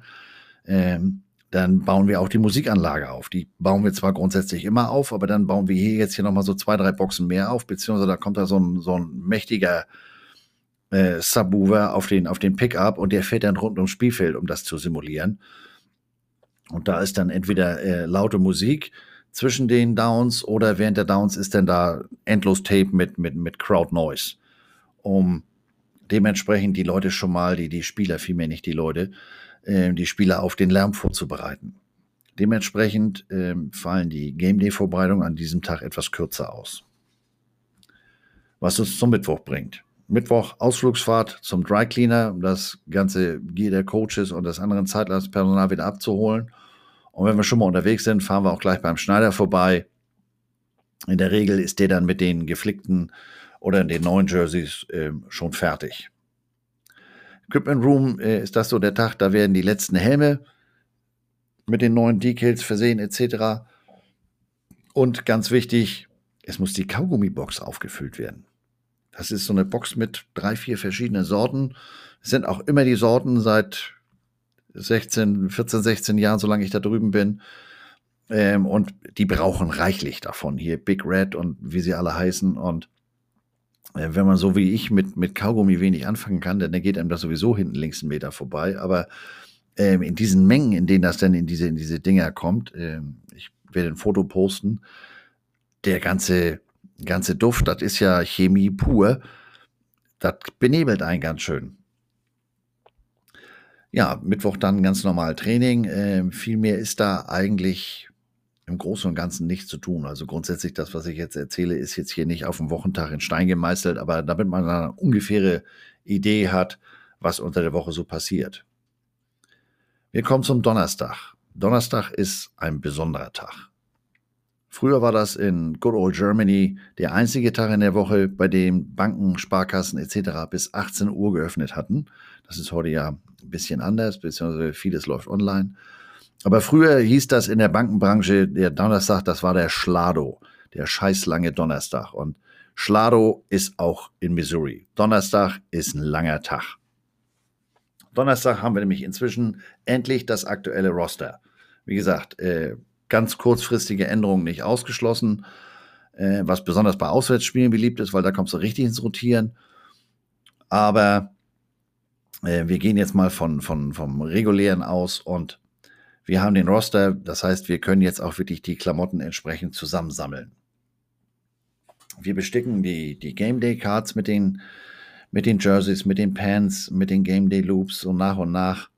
dann bauen wir auch die Musikanlage auf. Die bauen wir zwar grundsätzlich immer auf, aber dann bauen wir hier jetzt nochmal so 2, 3 Boxen mehr auf, beziehungsweise da kommt da so ein mächtiger Subwoofer auf den Pickup und der fährt dann rund ums Spielfeld, um das zu simulieren. Und da ist dann entweder laute Musik zwischen den Downs oder während der Downs ist dann da endlos Tape mit Crowd Noise, um dementsprechend die Leute schon mal, die Spieler, vielmehr nicht die Leute, die Spieler auf den Lärm vorzubereiten. Dementsprechend fallen die Game Day Vorbereitungen an diesem Tag etwas kürzer aus. Was uns zum Mittwoch bringt. Mittwoch Ausflugsfahrt zum Dry Cleaner, um das ganze Gear der Coaches und das anderen Zeitlaspersonal wieder abzuholen. Und wenn wir schon mal unterwegs sind, fahren wir auch gleich beim Schneider vorbei. In der Regel ist der dann mit den geflickten oder den neuen Jerseys schon fertig. Equipment Room ist das so der Tag, da werden die letzten Helme mit den neuen Decals versehen etc. Und ganz wichtig, es muss die Kaugummi-Box aufgefüllt werden. Das ist so eine Box mit 3, 4 verschiedenen Sorten. Es sind auch immer die Sorten seit 14, 16 Jahren, solange ich da drüben bin. Und die brauchen reichlich davon. Hier Big Red und wie sie alle heißen. Und wenn man so wie ich mit Kaugummi wenig anfangen kann, dann geht einem das sowieso hinten links 1 Meter vorbei. Aber in diesen Mengen, in denen das dann in diese Dinger kommt, ich werde ein Foto posten, der ganze Duft, das ist ja Chemie pur. Das benebelt einen ganz schön. Ja, Mittwoch dann ganz normal Training. Viel mehr ist da eigentlich im Großen und Ganzen nichts zu tun. Also grundsätzlich das, was ich jetzt erzähle, ist jetzt hier nicht auf dem Wochentag in Stein gemeißelt, aber damit man eine ungefähre Idee hat, was unter der Woche so passiert. Wir kommen zum Donnerstag. Donnerstag ist ein besonderer Tag. Früher war das in Good Old Germany der einzige Tag in der Woche, bei dem Banken, Sparkassen etc. bis 18 Uhr geöffnet hatten. Das ist heute ja ein bisschen anders, beziehungsweise vieles läuft online. Aber früher hieß das in der Bankenbranche, der Donnerstag, das war der Schlado, der scheißlange Donnerstag. Und Schlado ist auch in Missouri. Donnerstag ist ein langer Tag. Donnerstag haben wir nämlich inzwischen endlich das aktuelle Roster. Wie gesagt, ganz kurzfristige Änderungen nicht ausgeschlossen, was besonders bei Auswärtsspielen beliebt ist, weil da kommst du richtig ins Rotieren. Aber wir gehen jetzt mal vom Regulären aus und wir haben den Roster, das heißt, wir können jetzt auch wirklich die Klamotten entsprechend zusammensammeln. Wir besticken die Game Day Cards mit den Jerseys, mit den Pants, mit den Game Day Loops so nach und nach.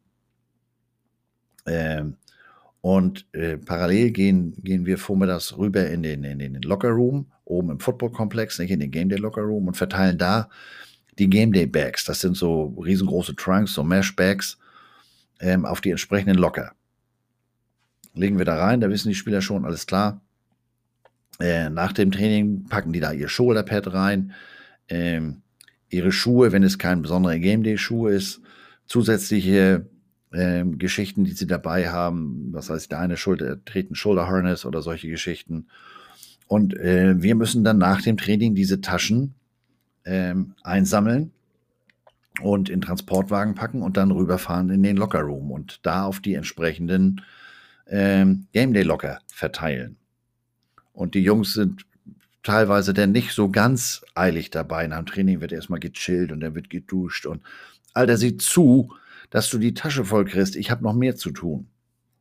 Parallel gehen wir vormittags rüber in den Locker Room, oben im Football-Komplex, nicht in den Game Day Locker Room und verteilen da die Game Day Bags. Das sind so riesengroße Trunks, so Mesh-Bags, auf die entsprechenden Locker. Legen wir da rein, da wissen die Spieler schon, alles klar. Nach dem Training packen die da ihr Shoulderpad rein, ihre Schuhe, wenn es kein besonderer Game Day Schuh ist, zusätzliche Geschichten, die sie dabei haben, was heißt, der eine trägt ein Shoulder Harness oder solche Geschichten. Und wir müssen dann nach dem Training diese Taschen einsammeln und in Transportwagen packen und dann rüberfahren in den Locker Room und da auf die entsprechenden Game Day Locker verteilen. Und die Jungs sind teilweise dann nicht so ganz eilig dabei. Nach dem Training wird erstmal gechillt und dann wird geduscht und Alter, sieh zu, dass du die Tasche voll kriegst. Ich habe noch mehr zu tun.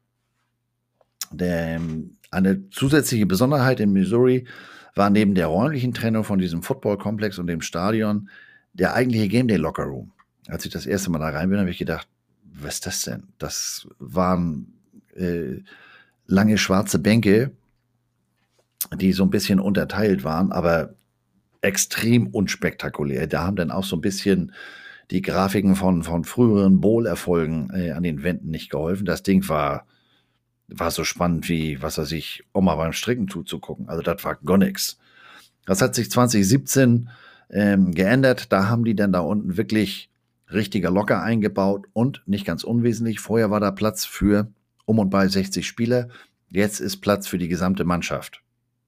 Eine zusätzliche Besonderheit in Missouri war neben der räumlichen Trennung von diesem Footballkomplex und dem Stadion der eigentliche Game Day Locker Room. Als ich das erste Mal da rein bin, habe ich gedacht, was ist das denn? Das waren lange schwarze Bänke, die so ein bisschen unterteilt waren, aber extrem unspektakulär. Da haben dann auch so ein bisschen die Grafiken von früheren Bowl-Erfolgen an den Wänden nicht geholfen. Das Ding war so spannend wie, was weiß ich, Oma beim Stricken zuzugucken. Also das war gar nix. Das hat sich 2017 geändert. Da haben die dann da unten wirklich richtiger Locker eingebaut und nicht ganz unwesentlich. Vorher war da Platz für um und bei 60 Spieler. Jetzt ist Platz für die gesamte Mannschaft.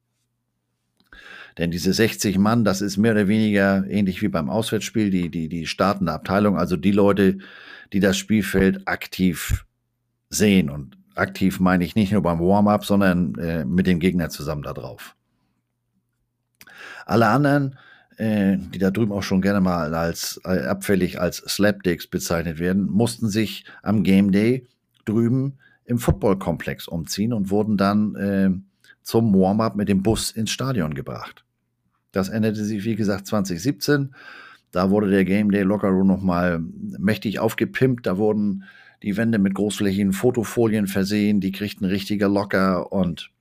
Denn diese 60 Mann, das ist mehr oder weniger ähnlich wie beim Auswärtsspiel, die startende Abteilung, also die Leute, die das Spielfeld aktiv sehen. Und aktiv meine ich nicht nur beim Warm-up, sondern mit dem Gegner zusammen da drauf. Alle anderen, die da drüben auch schon gerne mal als abfällig als Slapdicks bezeichnet werden, mussten sich am Game Day drüben im Footballkomplex umziehen und wurden dann zum Warm-up mit dem Bus ins Stadion gebracht. Das änderte sich, wie gesagt, 2017. Da wurde der Game Day Locker Room nochmal mächtig aufgepimpt. Da wurden die Wände mit großflächigen Fotofolien versehen. Die kriegten richtiger Locker und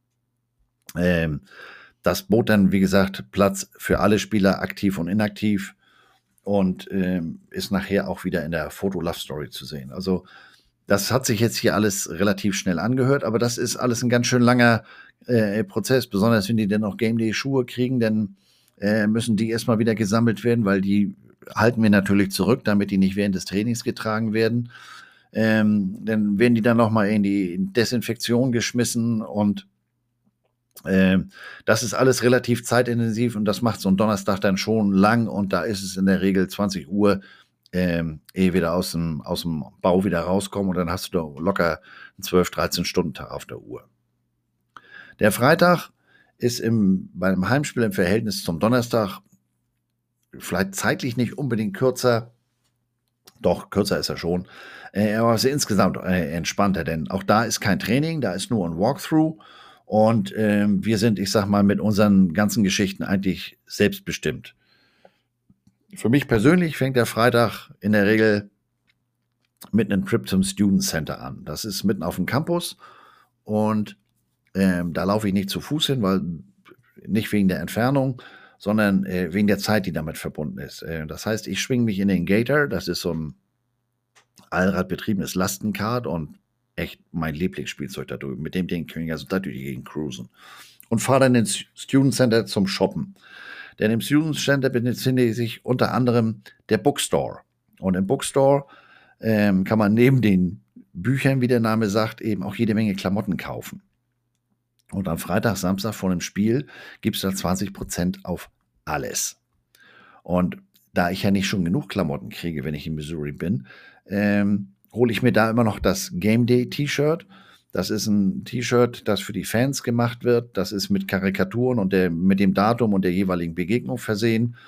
das bot dann, wie gesagt, Platz für alle Spieler, aktiv und inaktiv, und ist nachher auch wieder in der Foto-Love-Story zu sehen. Also das hat sich jetzt hier alles relativ schnell angehört, aber das ist alles ein ganz schön langer Prozess, besonders wenn die dann auch Game Day Schuhe kriegen, dann müssen die erstmal wieder gesammelt werden, weil die halten wir natürlich zurück, damit die nicht während des Trainings getragen werden. Dann werden die dann nochmal in die Desinfektion geschmissen und das ist alles relativ zeitintensiv und das macht so ein Donnerstag dann schon lang, und da ist es in der Regel 20 Uhr, ehe wir da aus dem Bau wieder rauskommen, und dann hast du da locker einen 12-13-Stunden-Tag auf der Uhr. Der Freitag ist beim Heimspiel im Verhältnis zum Donnerstag vielleicht zeitlich nicht unbedingt kürzer, doch kürzer ist er schon, aber es ist insgesamt entspannter, denn auch da ist kein Training, da ist nur ein Walkthrough. Und wir sind, ich sag mal, mit unseren ganzen Geschichten eigentlich selbstbestimmt. Für mich persönlich fängt der Freitag in der Regel mit einem Trip zum Student Center an. Das ist mitten auf dem Campus, und da laufe ich nicht zu Fuß hin, weil nicht wegen der Entfernung, sondern wegen der Zeit, die damit verbunden ist. Das heißt, ich schwinge mich in den Gator, das ist so ein allradbetriebenes Lastenkart und echt mein Lieblingsspielzeug da drüben. Mit dem Ding können wir also da durch die Gegend cruisen. Und fahre dann ins Student Center zum Shoppen. Denn im Student Center befindet sich unter anderem der Bookstore. Und im Bookstore kann man neben den Büchern, wie der Name sagt, eben auch jede Menge Klamotten kaufen. Und am Freitag, Samstag vor dem Spiel gibt es da 20% auf alles. Und da ich ja nicht schon genug Klamotten kriege, wenn ich in Missouri bin, hole ich mir da immer noch das Game Day T-Shirt. Das ist ein T-Shirt, das für die Fans gemacht wird. Das ist mit Karikaturen und mit dem Datum und der jeweiligen Begegnung versehen.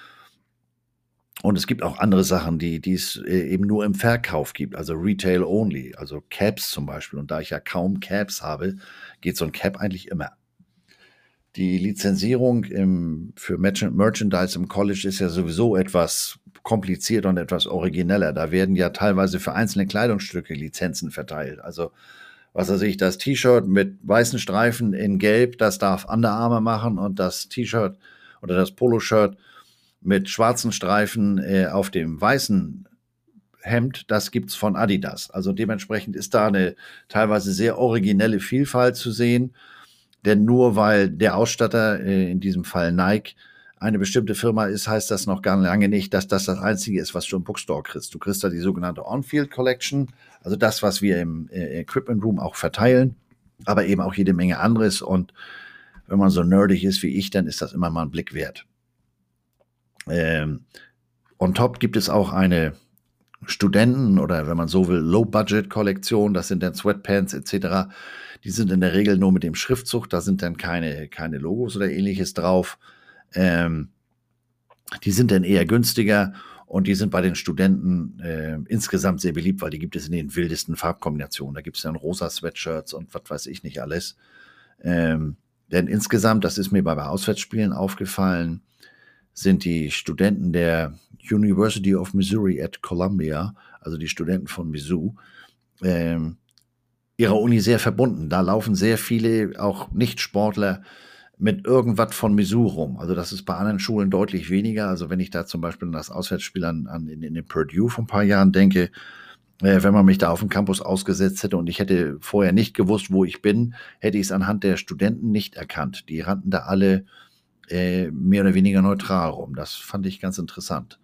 Und es gibt auch andere Sachen, die es eben nur im Verkauf gibt, also Retail only, also Caps zum Beispiel. Und da ich ja kaum Caps habe, geht so ein Cap eigentlich immer. Die Lizenzierung für Merchandise im College ist ja sowieso etwas komplizierter und etwas origineller. Da werden ja teilweise für einzelne Kleidungsstücke Lizenzen verteilt. Also, was weiß ich, das T-Shirt mit weißen Streifen in Gelb, das darf Under Armour machen, und das T-Shirt oder das Poloshirt mit schwarzen Streifen auf dem weißen Hemd, das gibt's von Adidas. Also dementsprechend ist da eine teilweise sehr originelle Vielfalt zu sehen. Denn nur weil der Ausstatter, in diesem Fall Nike, eine bestimmte Firma ist, heißt das noch gar lange nicht, dass das Einzige ist, was du im Bookstore kriegst. Du kriegst da die sogenannte On-Field Collection, also das, was wir im Equipment Room auch verteilen, aber eben auch jede Menge anderes. Und wenn man so nerdig ist wie ich, dann ist das immer mal ein Blick wert. On top gibt es auch eine Studenten- oder, wenn man so will, Low-Budget-Kollektion. Das sind dann Sweatpants etc. Die sind in der Regel nur mit dem Schriftzug. Da sind dann keine Logos oder ähnliches drauf. Die sind dann eher günstiger, und die sind bei den Studenten insgesamt sehr beliebt, weil die gibt es in den wildesten Farbkombinationen. Da gibt es dann rosa Sweatshirts und was weiß ich nicht alles. Denn insgesamt, das ist mir bei Auswärtsspielen aufgefallen, sind die Studenten der University of Missouri at Columbia, also die Studenten von Mizzou, ihrer Uni sehr verbunden. Da laufen sehr viele, auch Nicht-Sportler, mit irgendwas von Mizzou rum. Also das ist bei anderen Schulen deutlich weniger. Also wenn ich da zum Beispiel an das Auswärtsspiel in den Purdue vor ein paar Jahren denke, wenn man mich da auf dem Campus ausgesetzt hätte und ich hätte vorher nicht gewusst, wo ich bin, hätte ich es anhand der Studenten nicht erkannt. Die rannten da alle mehr oder weniger neutral rum. Das fand ich ganz interessant.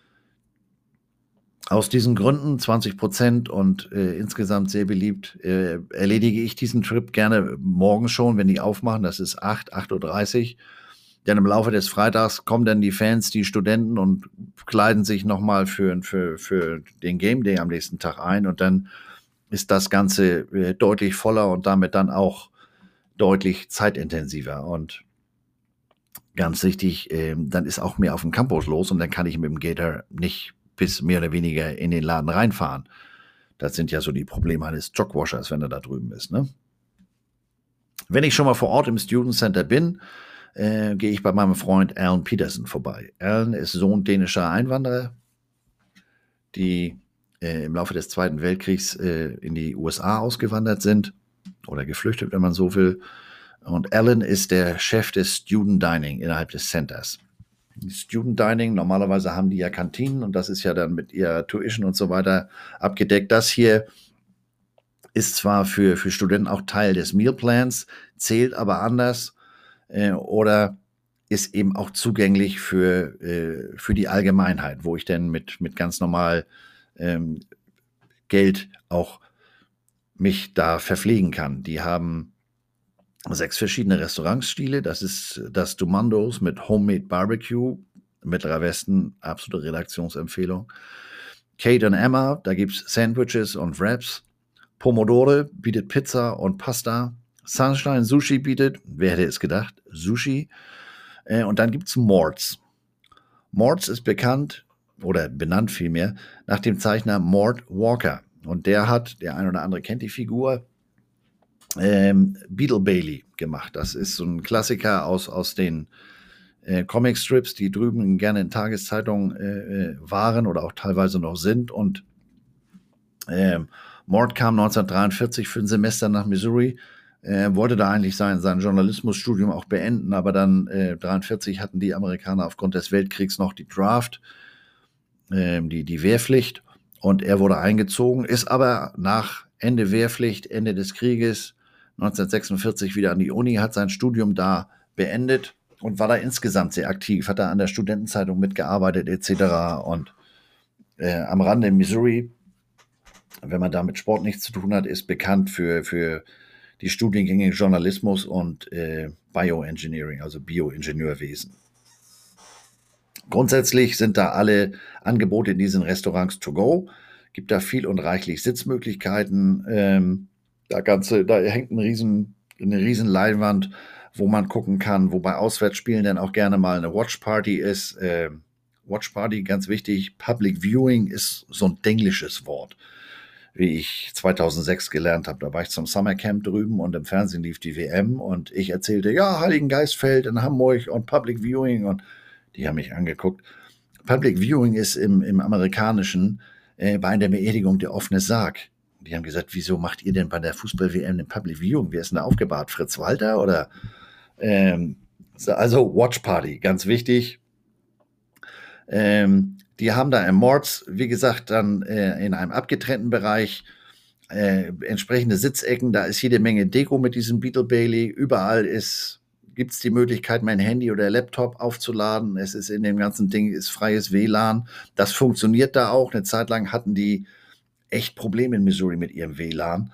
Aus diesen Gründen, 20% und insgesamt sehr beliebt, erledige ich diesen Trip gerne morgens schon, wenn die aufmachen. Das ist 8:30 Uhr. Denn im Laufe des Freitags kommen dann die Fans, die Studenten und kleiden sich nochmal für den Game Day am nächsten Tag ein. Und dann ist das Ganze deutlich voller und damit dann auch deutlich zeitintensiver. Und ganz wichtig, dann ist auch mehr auf dem Campus los und dann kann ich mit dem Gator nicht bis mehr oder weniger in den Laden reinfahren. Das sind ja so die Probleme eines Jogwashers, wenn er da drüben ist. Ne? Wenn ich schon mal vor Ort im Student Center bin, gehe ich bei meinem Freund Alan Peterson vorbei. Alan ist Sohn dänischer Einwanderer, die im Laufe des Zweiten Weltkriegs in die USA ausgewandert sind oder geflüchtet, wenn man so will. Und Alan ist der Chef des Student Dining innerhalb des Centers. Student Dining, normalerweise haben die ja Kantinen und das ist ja dann mit ihrer Tuition und so weiter abgedeckt. Das hier ist zwar für Studenten auch Teil des Mealplans, zählt aber anders oder ist eben auch zugänglich für die Allgemeinheit, wo ich dann mit ganz normal Geld auch mich da verpflegen kann. Die haben 6 verschiedene Restaurantsstile. Das ist das Domandos mit Homemade Barbecue, Mittlerer Westen, absolute Redaktionsempfehlung. Kate und Emma, da gibt es Sandwiches und Wraps. Pomodore bietet Pizza und Pasta. Sunshine Sushi bietet, wer hätte es gedacht, Sushi. Und dann gibt es Mort's. Mort's ist bekannt, oder benannt vielmehr, nach dem Zeichner Mort Walker. Und der ein oder andere kennt die Figur, Beetle Bailey gemacht. Das ist so ein Klassiker aus den Comicstrips, die drüben gerne in Tageszeitungen waren oder auch teilweise noch sind. Und Mort kam 1943 für ein Semester nach Missouri, wollte da eigentlich sein Journalismusstudium auch beenden, aber dann 1943 hatten die Amerikaner aufgrund des Weltkriegs noch die Draft, die Wehrpflicht, und er wurde eingezogen, ist aber nach Ende Wehrpflicht, Ende des Krieges 1946 wieder an die Uni, hat sein Studium da beendet und war da insgesamt sehr aktiv, hat da an der Studentenzeitung mitgearbeitet etc. Und am Rande in Missouri, wenn man da mit Sport nichts zu tun hat, ist bekannt für die Studiengänge Journalismus und Bioengineering, also Bioingenieurwesen. Grundsätzlich sind da alle Angebote in diesen Restaurants to go. Gibt da viel und reichlich Sitzmöglichkeiten. Da hängt eine riesen Leinwand, wo man gucken kann, wo bei Auswärtsspielen dann auch gerne mal eine Watchparty ist. Watchparty, ganz wichtig. Public Viewing ist so ein englisches Wort, wie ich 2006 gelernt habe. Da war ich zum Summercamp drüben und im Fernsehen lief die WM und ich erzählte, ja, Heiligengeistfeld in Hamburg und Public Viewing, und die haben mich angeguckt. Public Viewing ist im Amerikanischen bei der Beerdigung der offene Sarg. Die haben gesagt, wieso macht ihr denn bei der Fußball-WM eine Public Viewing? Wer ist denn da aufgebahrt? Fritz Walter oder? Also Watch Party, ganz wichtig. Die haben da im Mords, wie gesagt, dann in einem abgetrennten Bereich entsprechende Sitzecken. Da ist jede Menge Deko mit diesem Beetle Bailey. Überall gibt es die Möglichkeit, mein Handy oder Laptop aufzuladen. Es ist in dem ganzen Ding ist freies WLAN. Das funktioniert da auch. Eine Zeit lang hatten die echt Probleme in Missouri mit ihrem WLAN,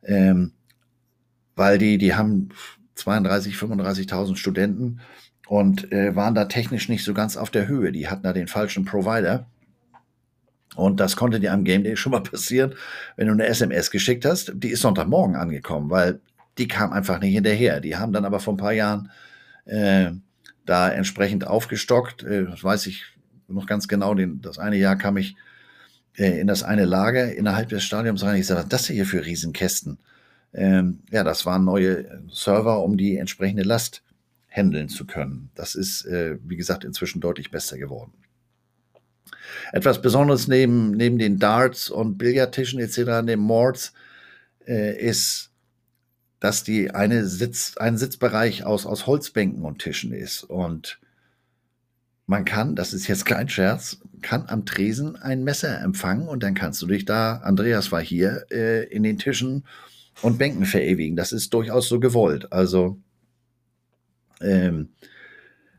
weil die haben 32.000, 35.000 Studenten und waren da technisch nicht so ganz auf der Höhe. Die hatten da den falschen Provider. Und das konnte dir am Game Day schon mal passieren, wenn du eine SMS geschickt hast. Die ist Sonntagmorgen angekommen, weil die kam einfach nicht hinterher. Die haben dann aber vor ein paar Jahren da entsprechend aufgestockt. Das weiß ich noch ganz genau. Das eine Jahr kam ich in das eine Lager innerhalb des Stadions rein. Ich sage, was ist das hier für Riesenkästen? Ja, das waren neue Server, um die entsprechende Last handeln zu können. Das ist, wie gesagt, inzwischen deutlich besser geworden. Etwas Besonderes neben den Darts und Billardtischen etc. an den Mords ist, dass die ein Sitzbereich aus Holzbänken und Tischen ist. Und man kann, das ist jetzt kein Scherz, kann am Tresen ein Messer empfangen und dann kannst du dich da, Andreas war hier, in den Tischen und Bänken verewigen. Das ist durchaus so gewollt. Also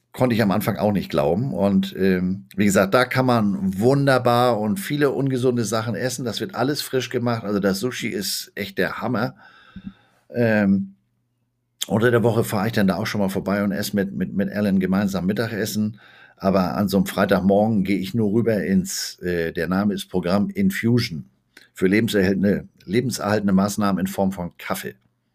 konnte ich am Anfang auch nicht glauben. Und wie gesagt, da kann man wunderbar und viele ungesunde Sachen essen. Das wird alles frisch gemacht. Also das Sushi ist echt der Hammer. Ähm, unter der Woche fahre ich dann da auch schon mal vorbei und esse mit Alan gemeinsam Mittagessen. Aber an so einem Freitagmorgen gehe ich nur rüber der Name ist Programm Infusion für lebenserhaltende Maßnahmen in Form von Kaffee.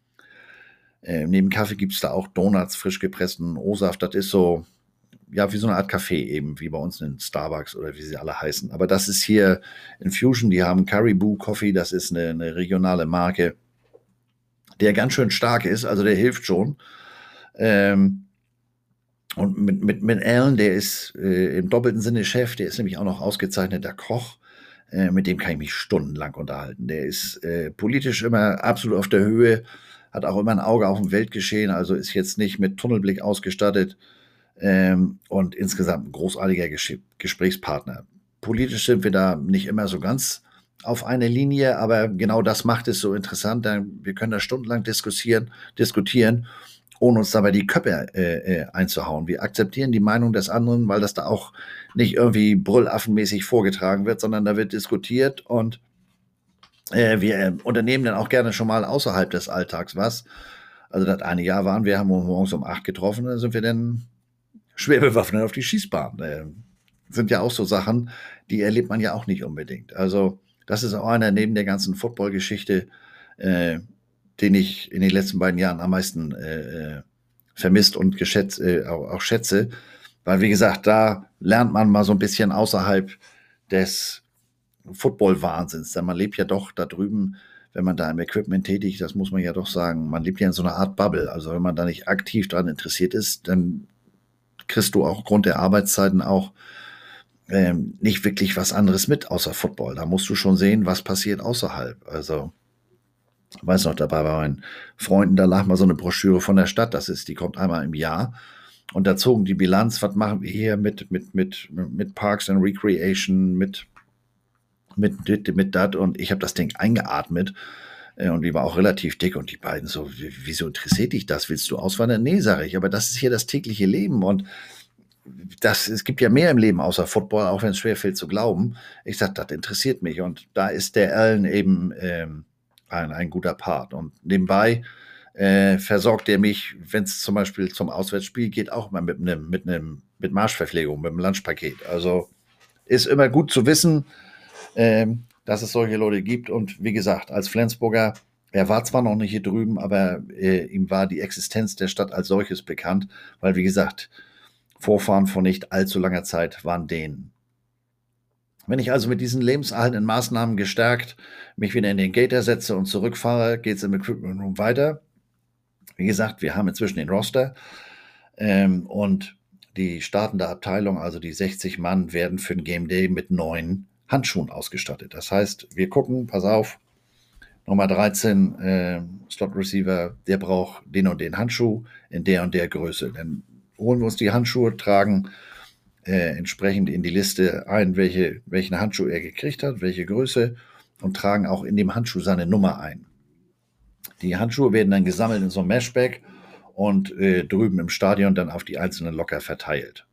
Neben Kaffee gibt es da auch Donuts, frisch gepressten O-Saft. Das ist so, ja, wie so eine Art Kaffee eben, wie bei uns in Starbucks oder wie sie alle heißen. Aber das ist hier Infusion, die haben Caribou Coffee, das ist eine regionale Marke, der ganz schön stark ist, also der hilft schon. Ähm, und mit Alan, der ist im doppelten Sinne Chef, der ist nämlich auch noch ausgezeichneter Koch. Mit dem kann ich mich stundenlang unterhalten. Der ist politisch immer absolut auf der Höhe, hat auch immer ein Auge auf dem Weltgeschehen, also ist jetzt nicht mit Tunnelblick ausgestattet und insgesamt ein großartiger Gesprächspartner. Politisch sind wir da nicht immer so ganz auf eine Linie, aber genau das macht es so interessant. Wir können da stundenlang diskutieren, ohne uns dabei die Köpfe einzuhauen. Wir akzeptieren die Meinung des anderen, weil das da auch nicht irgendwie brüllaffenmäßig vorgetragen wird, sondern da wird diskutiert und wir unternehmen dann auch gerne schon mal außerhalb des Alltags was. Also das eine Jahr haben wir morgens um 8 getroffen, dann sind wir dann schwer bewaffnet auf die Schießbahn. Sind ja auch so Sachen, die erlebt man ja auch nicht unbedingt. Also das ist auch einer neben der ganzen Football-Geschichte, äh, den ich in den letzten beiden Jahren am meisten vermisst und auch schätze. Weil, wie gesagt, da lernt man mal so ein bisschen außerhalb des Football-Wahnsinns. Denn man lebt ja doch da drüben, wenn man da im Equipment tätig, das muss man ja doch sagen, man lebt ja in so einer Art Bubble. Also wenn man da nicht aktiv daran interessiert ist, dann kriegst du auch aufgrund der Arbeitszeiten auch nicht wirklich was anderes mit außer Football. Da musst du schon sehen, was passiert außerhalb. Also ich weiß noch, dabei bei meinen Freunden, da lag mal so eine Broschüre von der Stadt, die kommt einmal im Jahr. Und da zogen die Bilanz, was machen wir hier mit Parks and Recreation, mit dat. Und ich habe das Ding eingeatmet. Und die war auch relativ dick. Und die beiden so, wieso interessiert dich das? Willst du auswandern? Nee, sage ich. Aber das ist hier das tägliche Leben. Und es gibt ja mehr im Leben außer Football, auch wenn es schwerfällt zu glauben. Ich sage, das interessiert mich. Und da ist der Allen eben ein guter Part. Und nebenbei versorgt er mich, wenn es zum Beispiel zum Auswärtsspiel geht, auch mal mit Marschverpflegung, mit einem Lunchpaket. Also ist immer gut zu wissen, dass es solche Leute gibt. Und wie gesagt, als Flensburger, er war zwar noch nicht hier drüben, aber ihm war die Existenz der Stadt als solches bekannt, weil, wie gesagt, Vorfahren von nicht allzu langer Zeit waren Dänen. Wenn ich also mit diesen lebenserhaltenden Maßnahmen gestärkt mich wieder in den Gator setze und zurückfahre, geht es im Equipment Room weiter. Wie gesagt, wir haben inzwischen den Roster und die startende Abteilung, also die 60 Mann, werden für den Game Day mit 9 Handschuhen ausgestattet. Das heißt, wir gucken, pass auf, Nummer 13 Slot Receiver, der braucht den und den Handschuh in der und der Größe. Dann holen wir uns die Handschuhe, tragen entsprechend in die Liste ein, welchen Handschuh er gekriegt hat, welche Größe und tragen auch in dem Handschuh seine Nummer ein. Die Handschuhe werden dann gesammelt in so einem Meshbag und drüben im Stadion dann auf die einzelnen Locker verteilt.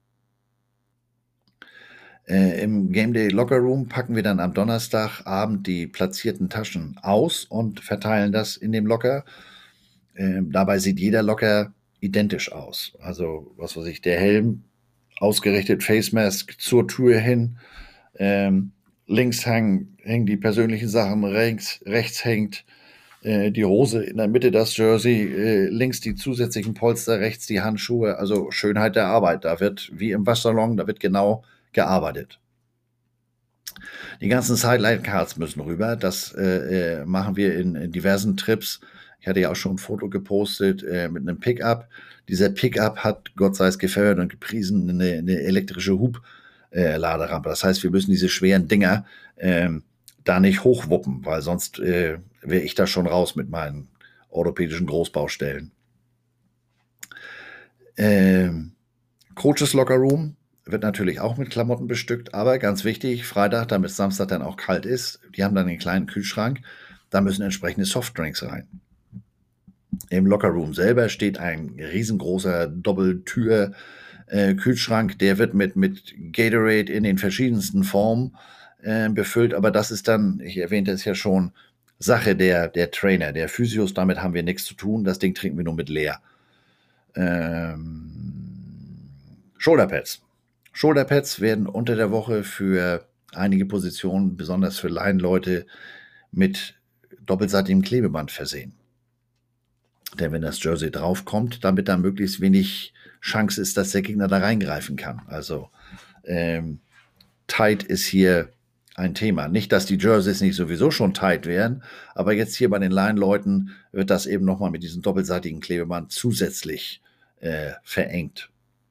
Im Game Day Locker Room packen wir dann am Donnerstagabend die platzierten Taschen aus und verteilen das in dem Locker. Dabei sieht jeder Locker identisch aus. Also, was weiß ich, der Helm ausgerichtet, Face Mask zur Tür hin. Links hängen die persönlichen Sachen, rechts hängt die Hose, in der Mitte das Jersey, links die zusätzlichen Polster, rechts die Handschuhe. Also Schönheit der Arbeit. Da wird, wie im Waschsalon, da wird genau gearbeitet. Die ganzen Sideline-Cards müssen rüber. Das machen wir in diversen Trips. Ich hatte ja auch schon ein Foto gepostet mit einem Pickup. Dieser Pickup hat, Gott sei es gefeiert und gepriesen, eine elektrische Hubladerampe. Das heißt, wir müssen diese schweren Dinger da nicht hochwuppen, weil sonst wäre ich da schon raus mit meinen orthopädischen Großbaustellen. Coaches Locker Room wird natürlich auch mit Klamotten bestückt, aber ganz wichtig, Freitag, damit Samstag dann auch kalt ist, die haben dann einen kleinen Kühlschrank, da müssen entsprechende Softdrinks rein. Im Lockerroom selber steht ein riesengroßer Doppeltür Kühlschrank, der wird mit Gatorade in den verschiedensten Formen befüllt, aber das ist dann, ich erwähnte es ja schon, Sache der Trainer, der Physios, damit haben wir nichts zu tun, das Ding trinken wir nur mit leer. Shoulderpads. Shoulderpads werden unter der Woche für einige Positionen, besonders für Line-Leute, mit doppelseitigem Klebeband versehen. Denn wenn das Jersey draufkommt, damit da möglichst wenig Chance ist, dass der Gegner da reingreifen kann. Also tight ist hier ein Thema. Nicht, dass die Jerseys nicht sowieso schon tight wären, aber jetzt hier bei den Line-Leuten wird das eben nochmal mit diesem doppelseitigen Klebeband zusätzlich verengt.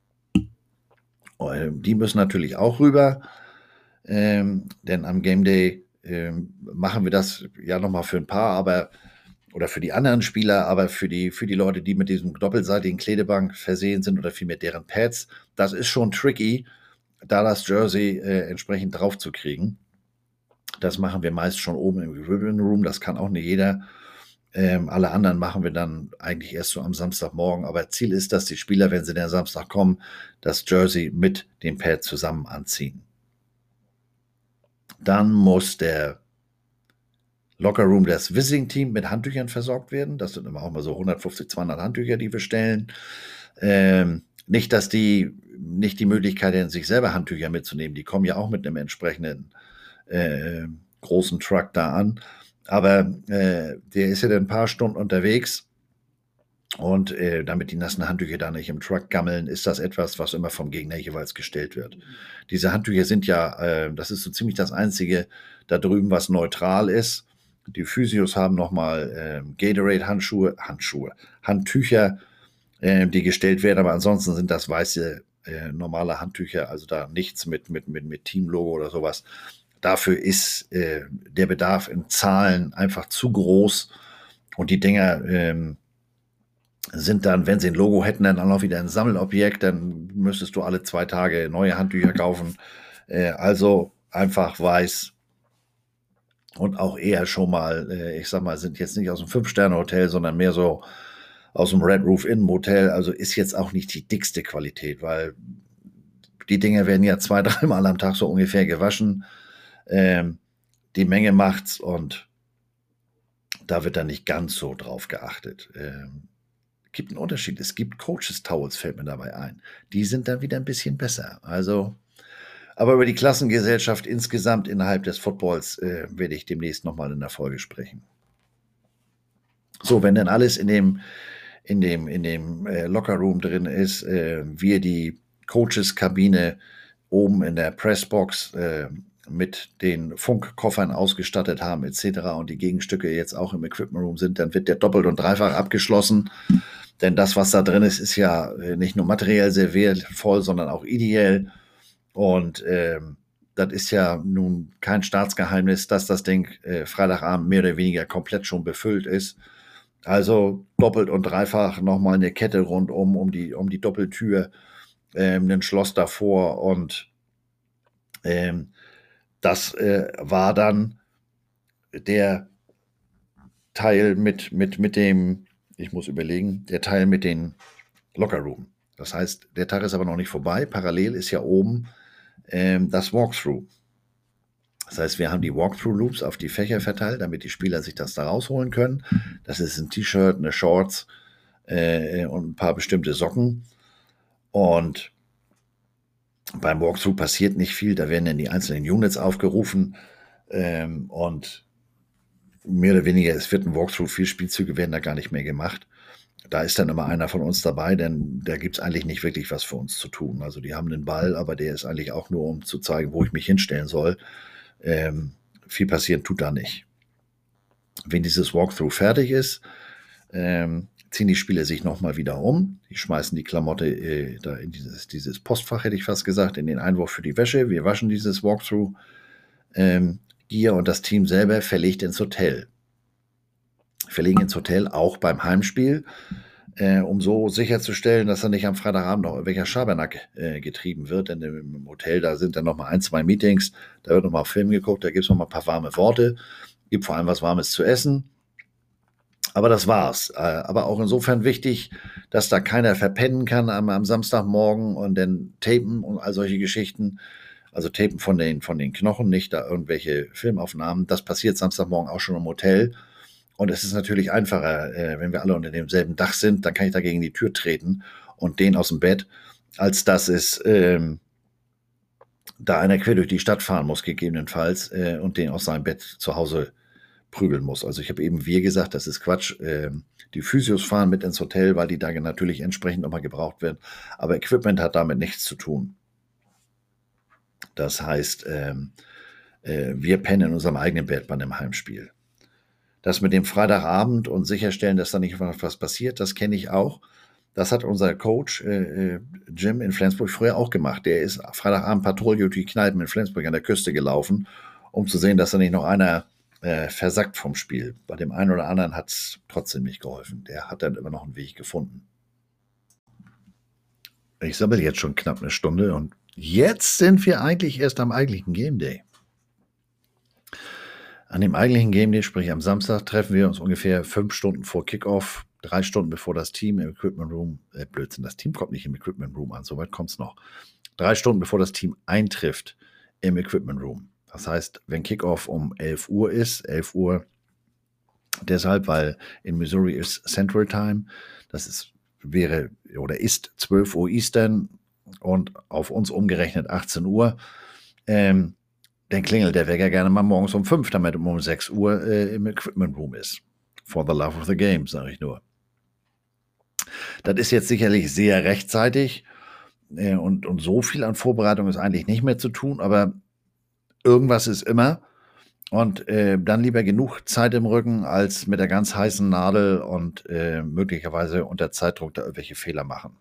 Die müssen natürlich auch rüber, denn am Game Day machen wir das ja nochmal für ein paar, aber oder für die anderen Spieler, aber für die Leute, die mit diesem doppelseitigen Klebeband versehen sind oder vielmehr deren Pads, das ist schon tricky, da das Jersey entsprechend drauf zu kriegen. Das machen wir meist schon oben im Ribbon Room, das kann auch nicht jeder. Alle anderen machen wir dann eigentlich erst so am Samstagmorgen. Aber Ziel ist, dass die Spieler, wenn sie dann Samstag kommen, das Jersey mit dem Pad zusammen anziehen. Dann muss der Lockerroom des Visiting-Team mit Handtüchern versorgt werden. Das sind immer auch mal so 150, 200 Handtücher, die wir stellen. Nicht, dass die nicht die Möglichkeit hätten, sich selber Handtücher mitzunehmen. Die kommen ja auch mit einem entsprechenden großen Truck da an. Aber der ist ja dann ein paar Stunden unterwegs und damit die nassen Handtücher da nicht im Truck gammeln, ist das etwas, was immer vom Gegner jeweils gestellt wird. Diese Handtücher sind ja, das ist so ziemlich das Einzige da drüben, was neutral ist. Die Physios haben nochmal Handtücher, die gestellt werden, aber ansonsten sind das weiße, normale Handtücher, also da nichts mit Teamlogo oder sowas. Dafür ist der Bedarf in Zahlen einfach zu groß und die Dinger sind dann, wenn sie ein Logo hätten, dann auch noch wieder ein Sammelobjekt, dann müsstest du alle 2 Tage neue Handtücher kaufen. Also einfach weiß und auch eher schon mal, ich sag mal, sind jetzt nicht aus einem 5-Sterne-Hotel, sondern mehr so aus dem Red Roof Inn Motel, also ist jetzt auch nicht die dickste Qualität, weil die Dinger werden ja 2, 3 Mal am Tag so ungefähr gewaschen. Die Menge macht's und da wird dann nicht ganz so drauf geachtet. Gibt einen Unterschied. Es gibt Coaches Towels, fällt mir dabei ein. Die sind dann wieder ein bisschen besser. Also, aber über die Klassengesellschaft insgesamt innerhalb des Footballs werde ich demnächst nochmal in der Folge sprechen. So, wenn dann alles in dem Lockerroom drin ist, wir die Coaches-Kabine oben in der Pressbox mit den Funkkoffern ausgestattet haben etc. und die Gegenstücke jetzt auch im Equipment Room sind, dann wird der doppelt und dreifach abgeschlossen. Denn das, was da drin ist, ist ja nicht nur materiell sehr wertvoll, sondern auch ideell. Und das ist ja nun kein Staatsgeheimnis, dass das Ding Freitagabend mehr oder weniger komplett schon befüllt ist. Also doppelt und dreifach nochmal eine Kette rundum um die Doppeltür, ein Schloss davor und das war dann der Teil mit dem, ich muss überlegen, der Teil mit den Lockerroom. Das heißt, der Tag ist aber noch nicht vorbei. Parallel ist ja oben das Walkthrough. Das heißt, wir haben die Walkthrough-Loops auf die Fächer verteilt, damit die Spieler sich das da rausholen können. Das ist ein T-Shirt, eine Shorts und ein paar bestimmte Socken. Und beim Walkthrough passiert nicht viel. Da werden dann die einzelnen Units aufgerufen und mehr oder weniger, es wird ein Walkthrough, 4 Spielzüge werden da gar nicht mehr gemacht. Da ist dann immer einer von uns dabei, denn da gibt es eigentlich nicht wirklich was für uns zu tun. Also die haben den Ball, aber der ist eigentlich auch nur, um zu zeigen, wo ich mich hinstellen soll. Viel passieren tut da nicht. Wenn dieses Walkthrough fertig ist, ziehen die Spieler sich nochmal wieder um. Die schmeißen die Klamotte da in dieses Postfach, hätte ich fast gesagt, in den Einwurf für die Wäsche. Wir waschen dieses Walkthrough Gear und das Team selber verlegt ins Hotel. Verlegen ins Hotel auch beim Heimspiel, um so sicherzustellen, dass da nicht am Freitagabend noch irgendwelcher Schabernack getrieben wird. Denn im Hotel, da sind dann nochmal 1, 2 Meetings, da wird nochmal Film geguckt, da gibt es nochmal ein paar warme Worte, gibt vor allem was Warmes zu essen. Aber das war's. Aber auch insofern wichtig, dass da keiner verpennen kann am Samstagmorgen und dann tapen und all solche Geschichten. Also tapen von den Knochen, nicht da irgendwelche Filmaufnahmen. Das passiert Samstagmorgen auch schon im Hotel. Und es ist natürlich einfacher, wenn wir alle unter demselben Dach sind, dann kann ich da gegen die Tür treten und den aus dem Bett, als dass es da einer quer durch die Stadt fahren muss, gegebenenfalls, und den aus seinem Bett zu Hause prügeln muss. Also ich habe eben wir gesagt, das ist Quatsch. Die Physios fahren mit ins Hotel, weil die da natürlich entsprechend nochmal gebraucht werden. Aber Equipment hat damit nichts zu tun. Das heißt, wir pennen in unserem eigenen Bett bei einem Heimspiel. Das mit dem Freitagabend und sicherstellen, dass da nicht was passiert, das kenne ich auch. Das hat unser Coach Jim in Flensburg früher auch gemacht. Der ist Freitagabend Patrouille durch die Kneipen in Flensburg an der Küste gelaufen, um zu sehen, dass da nicht noch einer versackt vom Spiel. Bei dem einen oder anderen hat es trotzdem nicht geholfen. Der hat dann immer noch einen Weg gefunden. Ich sammle jetzt schon knapp eine Stunde und jetzt sind wir eigentlich erst am eigentlichen Game Day. An dem eigentlichen Game Day, sprich am Samstag, treffen wir uns ungefähr 5 Stunden vor Kickoff, 3 Stunden bevor das Team im Equipment Room, Blödsinn, das Team kommt nicht im Equipment Room an, soweit kommt es noch. 3 Stunden bevor das Team eintrifft im Equipment Room. Das heißt, wenn Kickoff um 11 Uhr ist, 11 Uhr deshalb, weil in Missouri ist Central Time, das ist, wäre oder ist 12 Uhr Eastern und auf uns umgerechnet 18 Uhr, dann klingelt der Wecker gerne mal morgens um 5, damit um 6 Uhr im Equipment Room ist. For the love of the game, sage ich nur. Das ist jetzt sicherlich sehr rechtzeitig und so viel an Vorbereitung ist eigentlich nicht mehr zu tun, aber irgendwas ist immer. Und dann lieber genug Zeit im Rücken, als mit der ganz heißen Nadel und möglicherweise unter Zeitdruck da irgendwelche Fehler machen.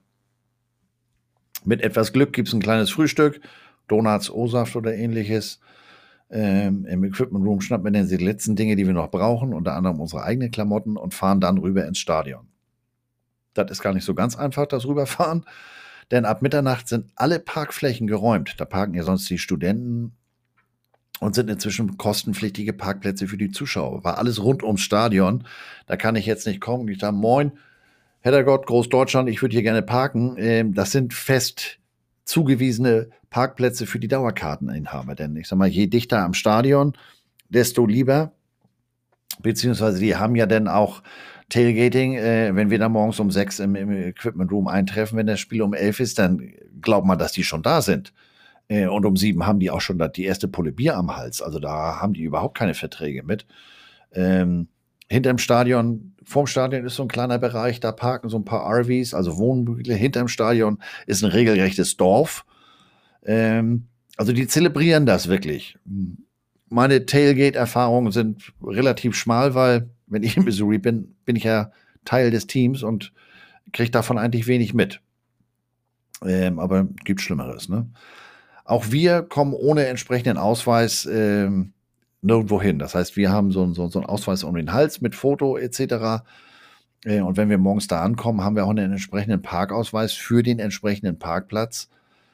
Mit etwas Glück gibt es ein kleines Frühstück, Donuts, O-Saft oder ähnliches. Im Equipment Room schnappen wir dann die letzten Dinge, die wir noch brauchen, unter anderem unsere eigenen Klamotten und fahren dann rüber ins Stadion. Das ist gar nicht so ganz einfach, das Rüberfahren, denn ab Mitternacht sind alle Parkflächen geräumt. Da parken ja sonst die Studenten und sind inzwischen kostenpflichtige Parkplätze für die Zuschauer. War alles rund ums Stadion. Da kann ich jetzt nicht kommen und ich sage, moin, Herrgott, Großdeutschland, ich würde hier gerne parken. Das sind fest zugewiesene Parkplätze für die Dauerkarteninhaber. Denn ich sag mal, je dichter am Stadion, desto lieber. Beziehungsweise die haben ja dann auch Tailgating, wenn wir da morgens um 6 im Equipment Room eintreffen, wenn das Spiel um 11 ist, dann glaubt man, dass die schon da sind. Und um 7 haben die auch schon die erste Pulle Bier am Hals. Also da haben die überhaupt keine Verträge mit. Hinterm Stadion, vorm Stadion ist so ein kleiner Bereich, da parken so ein paar RVs, also Wohnmobile. Hinterm Stadion ist ein regelrechtes Dorf. Also die zelebrieren das wirklich. Meine Tailgate-Erfahrungen sind relativ schmal, weil wenn ich in Missouri bin, bin ich ja Teil des Teams und kriege davon eigentlich wenig mit. Aber gibt Schlimmeres, ne? Auch wir kommen ohne entsprechenden Ausweis nirgendwo hin. Das heißt, wir haben so einen Ausweis um den Hals mit Foto etc. Und wenn wir morgens da ankommen, haben wir auch einen entsprechenden Parkausweis für den entsprechenden Parkplatz.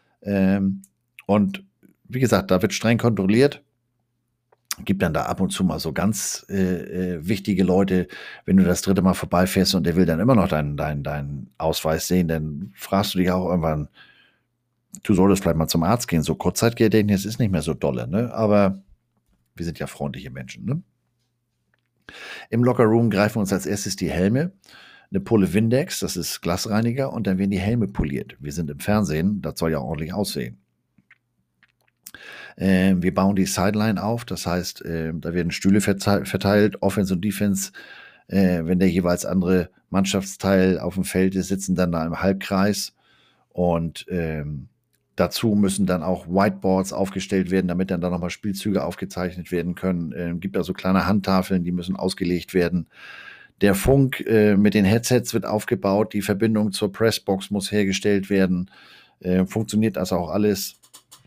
Und wie gesagt, da wird streng kontrolliert. Gibt dann da ab und zu mal so ganz wichtige Leute, wenn du das 3. Mal vorbeifährst und der will dann immer noch deinen Ausweis sehen, dann fragst du dich auch irgendwann, du solltest vielleicht mal zum Arzt gehen. So Kurzzeitgedächtnis ist nicht mehr so dolle, ne? Aber wir sind ja freundliche Menschen, ne? Im Lockerroom greifen wir uns als erstes die Helme, eine Pulle Windex, das ist Glasreiniger, und dann werden die Helme poliert. Wir sind im Fernsehen, das soll ja ordentlich aussehen. Wir bauen die Sideline auf, das heißt, da werden Stühle verteilt, Offense und Defense. Wenn der jeweils andere Mannschaftsteil auf dem Feld ist, sitzen dann da im Halbkreis. Und dazu müssen dann auch Whiteboards aufgestellt werden, damit dann da nochmal Spielzüge aufgezeichnet werden können. Gibt also kleine Handtafeln, die müssen ausgelegt werden. Der Funk mit den Headsets wird aufgebaut, die Verbindung zur Pressbox muss hergestellt werden. Funktioniert also auch alles.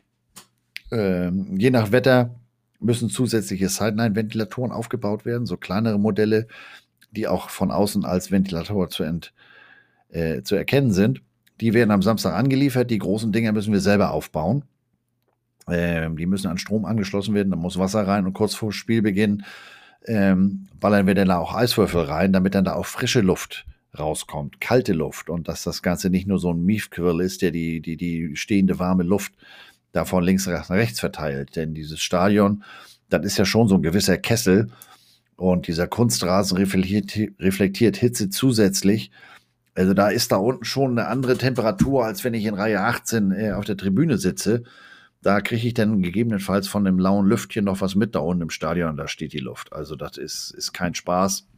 Je nach Wetter müssen zusätzliche Sideline-Ventilatoren aufgebaut werden, so kleinere Modelle, die auch von außen als Ventilator zu erkennen sind. Die werden am Samstag angeliefert. Die großen Dinger müssen wir selber aufbauen. Die müssen an Strom angeschlossen werden. Da muss Wasser rein und kurz vor Spielbeginn ballern wir dann da auch Eiswürfel rein, damit dann da auch frische Luft rauskommt, kalte Luft und dass das Ganze nicht nur so ein Miefquirl ist, der die stehende warme Luft da von links nach rechts verteilt. Denn dieses Stadion, das ist ja schon so ein gewisser Kessel und dieser Kunstrasen reflektiert Hitze zusätzlich. Also da ist da unten schon eine andere Temperatur, als wenn ich in Reihe 18 auf der Tribüne sitze. Da kriege ich dann gegebenenfalls von dem lauen Lüftchen noch was mit da unten im Stadion, da steht die Luft. Also das ist kein Spaß.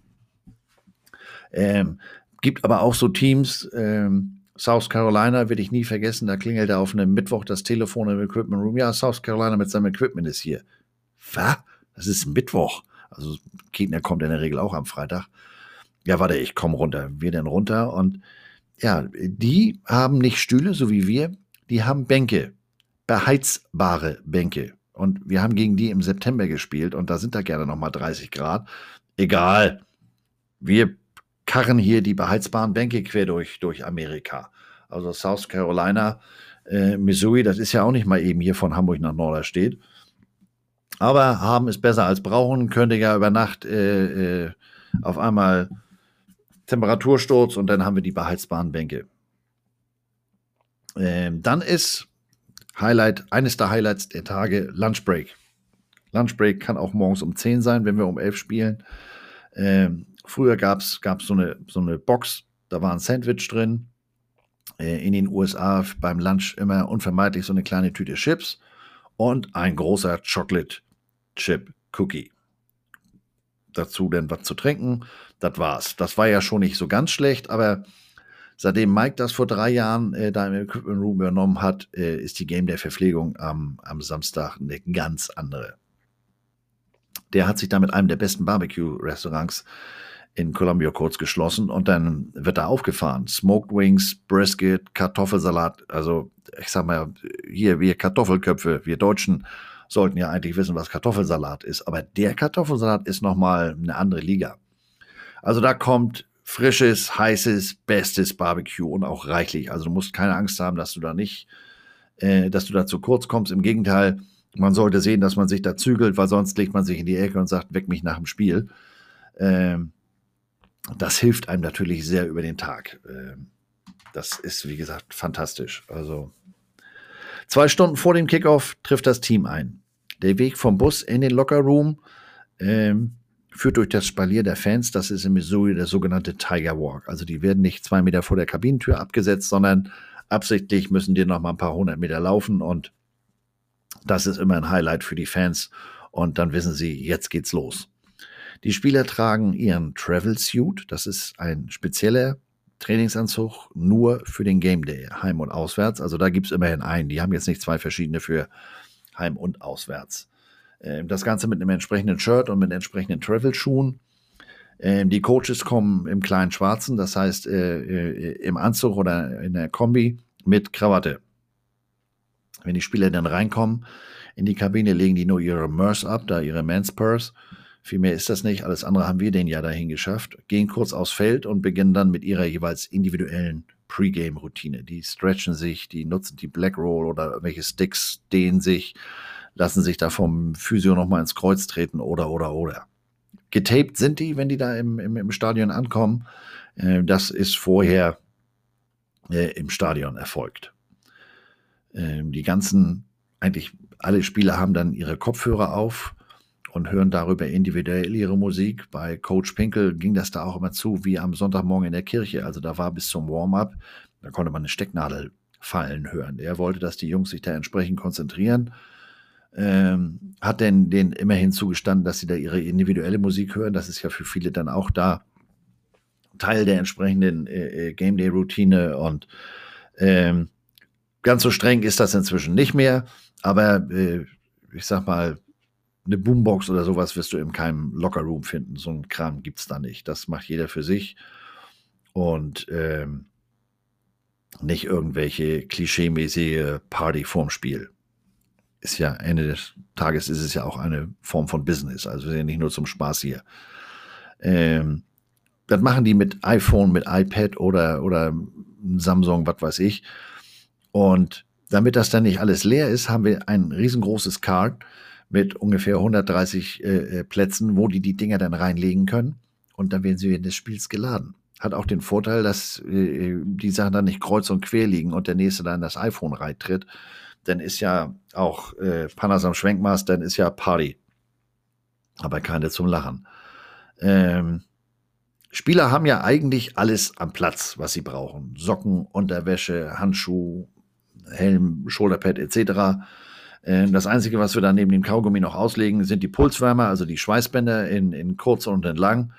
Gibt aber auch so Teams, South Carolina will ich nie vergessen, da klingelt auf einem Mittwoch das Telefon im Equipment Room. Ja, South Carolina mit seinem Equipment ist hier. Was? Das ist Mittwoch. Also Gegner kommt in der Regel auch am Freitag. Ja, warte, ich komme runter. Wir denn runter? Und ja, die haben nicht Stühle, so wie wir. Die haben Bänke. Beheizbare Bänke. Und wir haben gegen die im September gespielt und da sind da gerne nochmal 30 Grad. Egal. Wir karren hier die beheizbaren Bänke quer durch Amerika. Also South Carolina, Missouri, das ist ja auch nicht mal eben hier von Hamburg nach Norderstedt. Aber haben es besser als brauchen, könnte ja über Nacht auf einmal Temperatursturz und dann haben wir die beheizbaren Bänke. Dann ist eines der Highlights der Tage Lunchbreak. Lunchbreak kann auch morgens um 10 sein, wenn wir um 11 spielen. Früher gab's so eine Box, da war ein Sandwich drin. In den USA beim Lunch immer unvermeidlich so eine kleine Tüte Chips und ein großer Chocolate Chip Cookie. Dazu dann was zu trinken. Das war's. Das war ja schon nicht so ganz schlecht, aber seitdem Mike das vor 3 Jahren da im Equipment Room übernommen hat, ist die Game Day Verpflegung am Samstag eine ganz andere. Der hat sich da mit einem der besten Barbecue-Restaurants in Columbia kurz geschlossen und dann wird da aufgefahren. Smoked Wings, Brisket, Kartoffelsalat. Also ich sag mal, hier wir Kartoffelköpfe, wir Deutschen sollten ja eigentlich wissen, was Kartoffelsalat ist. Aber der Kartoffelsalat ist nochmal eine andere Liga. Also da kommt frisches, heißes, bestes Barbecue und auch reichlich. Also du musst keine Angst haben, dass du da zu kurz kommst. Im Gegenteil, man sollte sehen, dass man sich da zügelt, weil sonst legt man sich in die Ecke und sagt, weck mich nach dem Spiel. Das hilft einem natürlich sehr über den Tag. Das ist, wie gesagt, fantastisch. Also 2 Stunden vor dem Kickoff trifft das Team ein. Der Weg vom Bus in den Lockerroom führt durch das Spalier der Fans. Das ist in Missouri der sogenannte Tiger Walk. Also die werden nicht 2 Meter vor der Kabinentür abgesetzt, sondern absichtlich müssen die noch mal ein paar 100 Meter laufen. Und das ist immer ein Highlight für die Fans. Und dann wissen sie, jetzt geht's los. Die Spieler tragen ihren Travel Suit. Das ist ein spezieller Trainingsanzug nur für den Game Day, heim und auswärts. Also da gibt's immerhin einen. Die haben jetzt nicht 2 verschiedene für heim und auswärts. Das Ganze mit einem entsprechenden Shirt und mit entsprechenden Travel-Schuhen. Die Coaches kommen im kleinen Schwarzen, das heißt im Anzug oder in der Kombi mit Krawatte. Wenn die Spieler dann reinkommen in die Kabine, legen die nur ihre Mers ab, da ihre Men's Purse. Viel mehr ist das nicht. Alles andere haben wir denen ja dahin geschafft. Gehen kurz aufs Feld und beginnen dann mit ihrer jeweils individuellen Pre-Game-Routine. Die stretchen sich, die nutzen die Black Roll oder irgendwelche Sticks, dehnen sich, lassen sich da vom Physio nochmal ins Kreuz treten oder. Getaped sind die, wenn die da im Stadion ankommen. Das ist vorher im Stadion erfolgt. Eigentlich alle Spieler haben dann ihre Kopfhörer auf und hören darüber individuell ihre Musik. Bei Coach Pinkel ging das da auch immer zu, wie am Sonntagmorgen in der Kirche. Also da war bis zum Warm-up, da konnte man eine Stecknadel fallen hören. Er wollte, dass die Jungs sich da entsprechend konzentrieren. Hat denn denen immerhin zugestanden, dass sie da ihre individuelle Musik hören. Das ist ja für viele dann auch da Teil der entsprechenden Game Day Routine und ganz so streng ist das inzwischen nicht mehr, aber ich sag mal, eine Boombox oder sowas wirst du in keinem Lockerroom finden. So ein Kram gibt's da nicht. Das macht jeder für sich und nicht irgendwelche klischeemäßige Party vorm Spiel. Ist ja Ende des Tages ist es ja auch eine Form von Business. Also wir sind ja nicht nur zum Spaß hier. Das machen die mit iPhone, mit iPad oder Samsung, was weiß ich. Und damit das dann nicht alles leer ist, haben wir ein riesengroßes Card mit ungefähr 130 Plätzen, wo die Dinger dann reinlegen können. Und dann werden sie während des Spiels geladen. Hat auch den Vorteil, dass die Sachen dann nicht kreuz und quer liegen und der Nächste dann das iPhone reintritt. Dann ist ja auch Panas am Schwenkmaß, dann ist ja Party. Aber keine zum Lachen. Spieler haben ja eigentlich alles am Platz, was sie brauchen. Socken, Unterwäsche, Handschuh, Helm, Shoulderpad etc. Das Einzige, was wir dann neben dem Kaugummi noch auslegen, sind die Pulswärmer, also die Schweißbänder in kurz und in lang.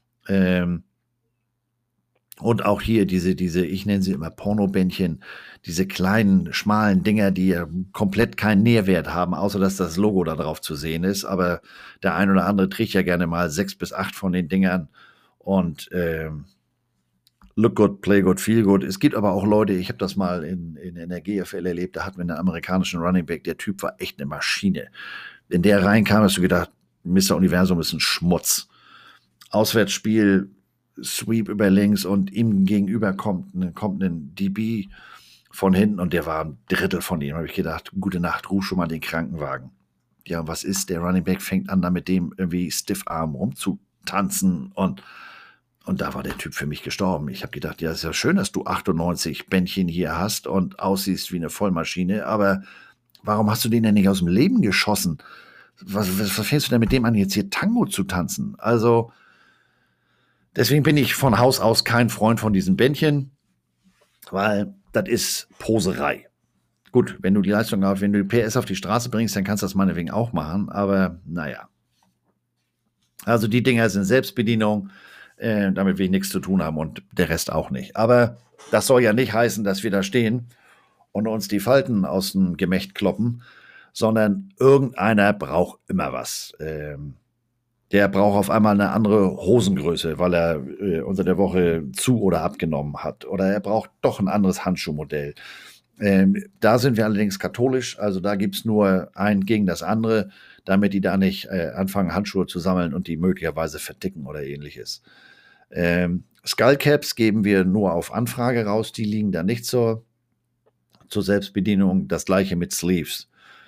Und auch hier diese, ich nenne sie immer Pornobändchen, diese kleinen, schmalen Dinger, die ja komplett keinen Nährwert haben, außer dass das Logo da drauf zu sehen ist. Aber der ein oder andere trägt ja gerne mal 6 bis 8 von den Dingern. Und look good, play good, feel good. Es gibt aber auch Leute, ich habe das mal in der GFL erlebt, da hatten wir einen amerikanischen Running Back, der Typ war echt eine Maschine. Wenn der reinkam, hast du gedacht, Mr. Universum ist ein Schmutz. Auswärtsspiel, Sweep über links und ihm gegenüber kommt ein DB von hinten und der war ein Drittel von ihm. Da habe ich gedacht, gute Nacht, ruf schon mal den Krankenwagen. Ja, was ist? Der Running Back fängt an, da mit dem irgendwie Stiffarm rumzutanzen und da war der Typ für mich gestorben. Ich habe gedacht, ja, ist ja schön, dass du 98 Bändchen hier hast und aussiehst wie eine Vollmaschine, aber warum hast du den denn nicht aus dem Leben geschossen? Was fängst du denn mit dem an, jetzt hier Tango zu tanzen? Also, deswegen bin ich von Haus aus kein Freund von diesen Bändchen, weil das ist Poserei. Gut, wenn du die Leistung auf, wenn du die PS auf die Straße bringst, dann kannst du das meinetwegen auch machen, aber naja. Also die Dinger sind Selbstbedienung, damit will ich nichts zu tun haben und der Rest auch nicht. Aber das soll ja nicht heißen, dass wir da stehen und uns die Falten aus dem Gemächt kloppen, sondern irgendeiner braucht immer was. Der braucht auf einmal eine andere Hosengröße, weil er unter der Woche zu oder abgenommen hat. Oder er braucht doch ein anderes Handschuhmodell. Da sind wir allerdings katholisch, also da gibt es nur ein gegen das andere, damit die da nicht anfangen, Handschuhe zu sammeln und die möglicherweise verticken oder ähnliches. Skullcaps geben wir nur auf Anfrage raus, die liegen da nicht zur Selbstbedienung. Das gleiche mit Sleeves.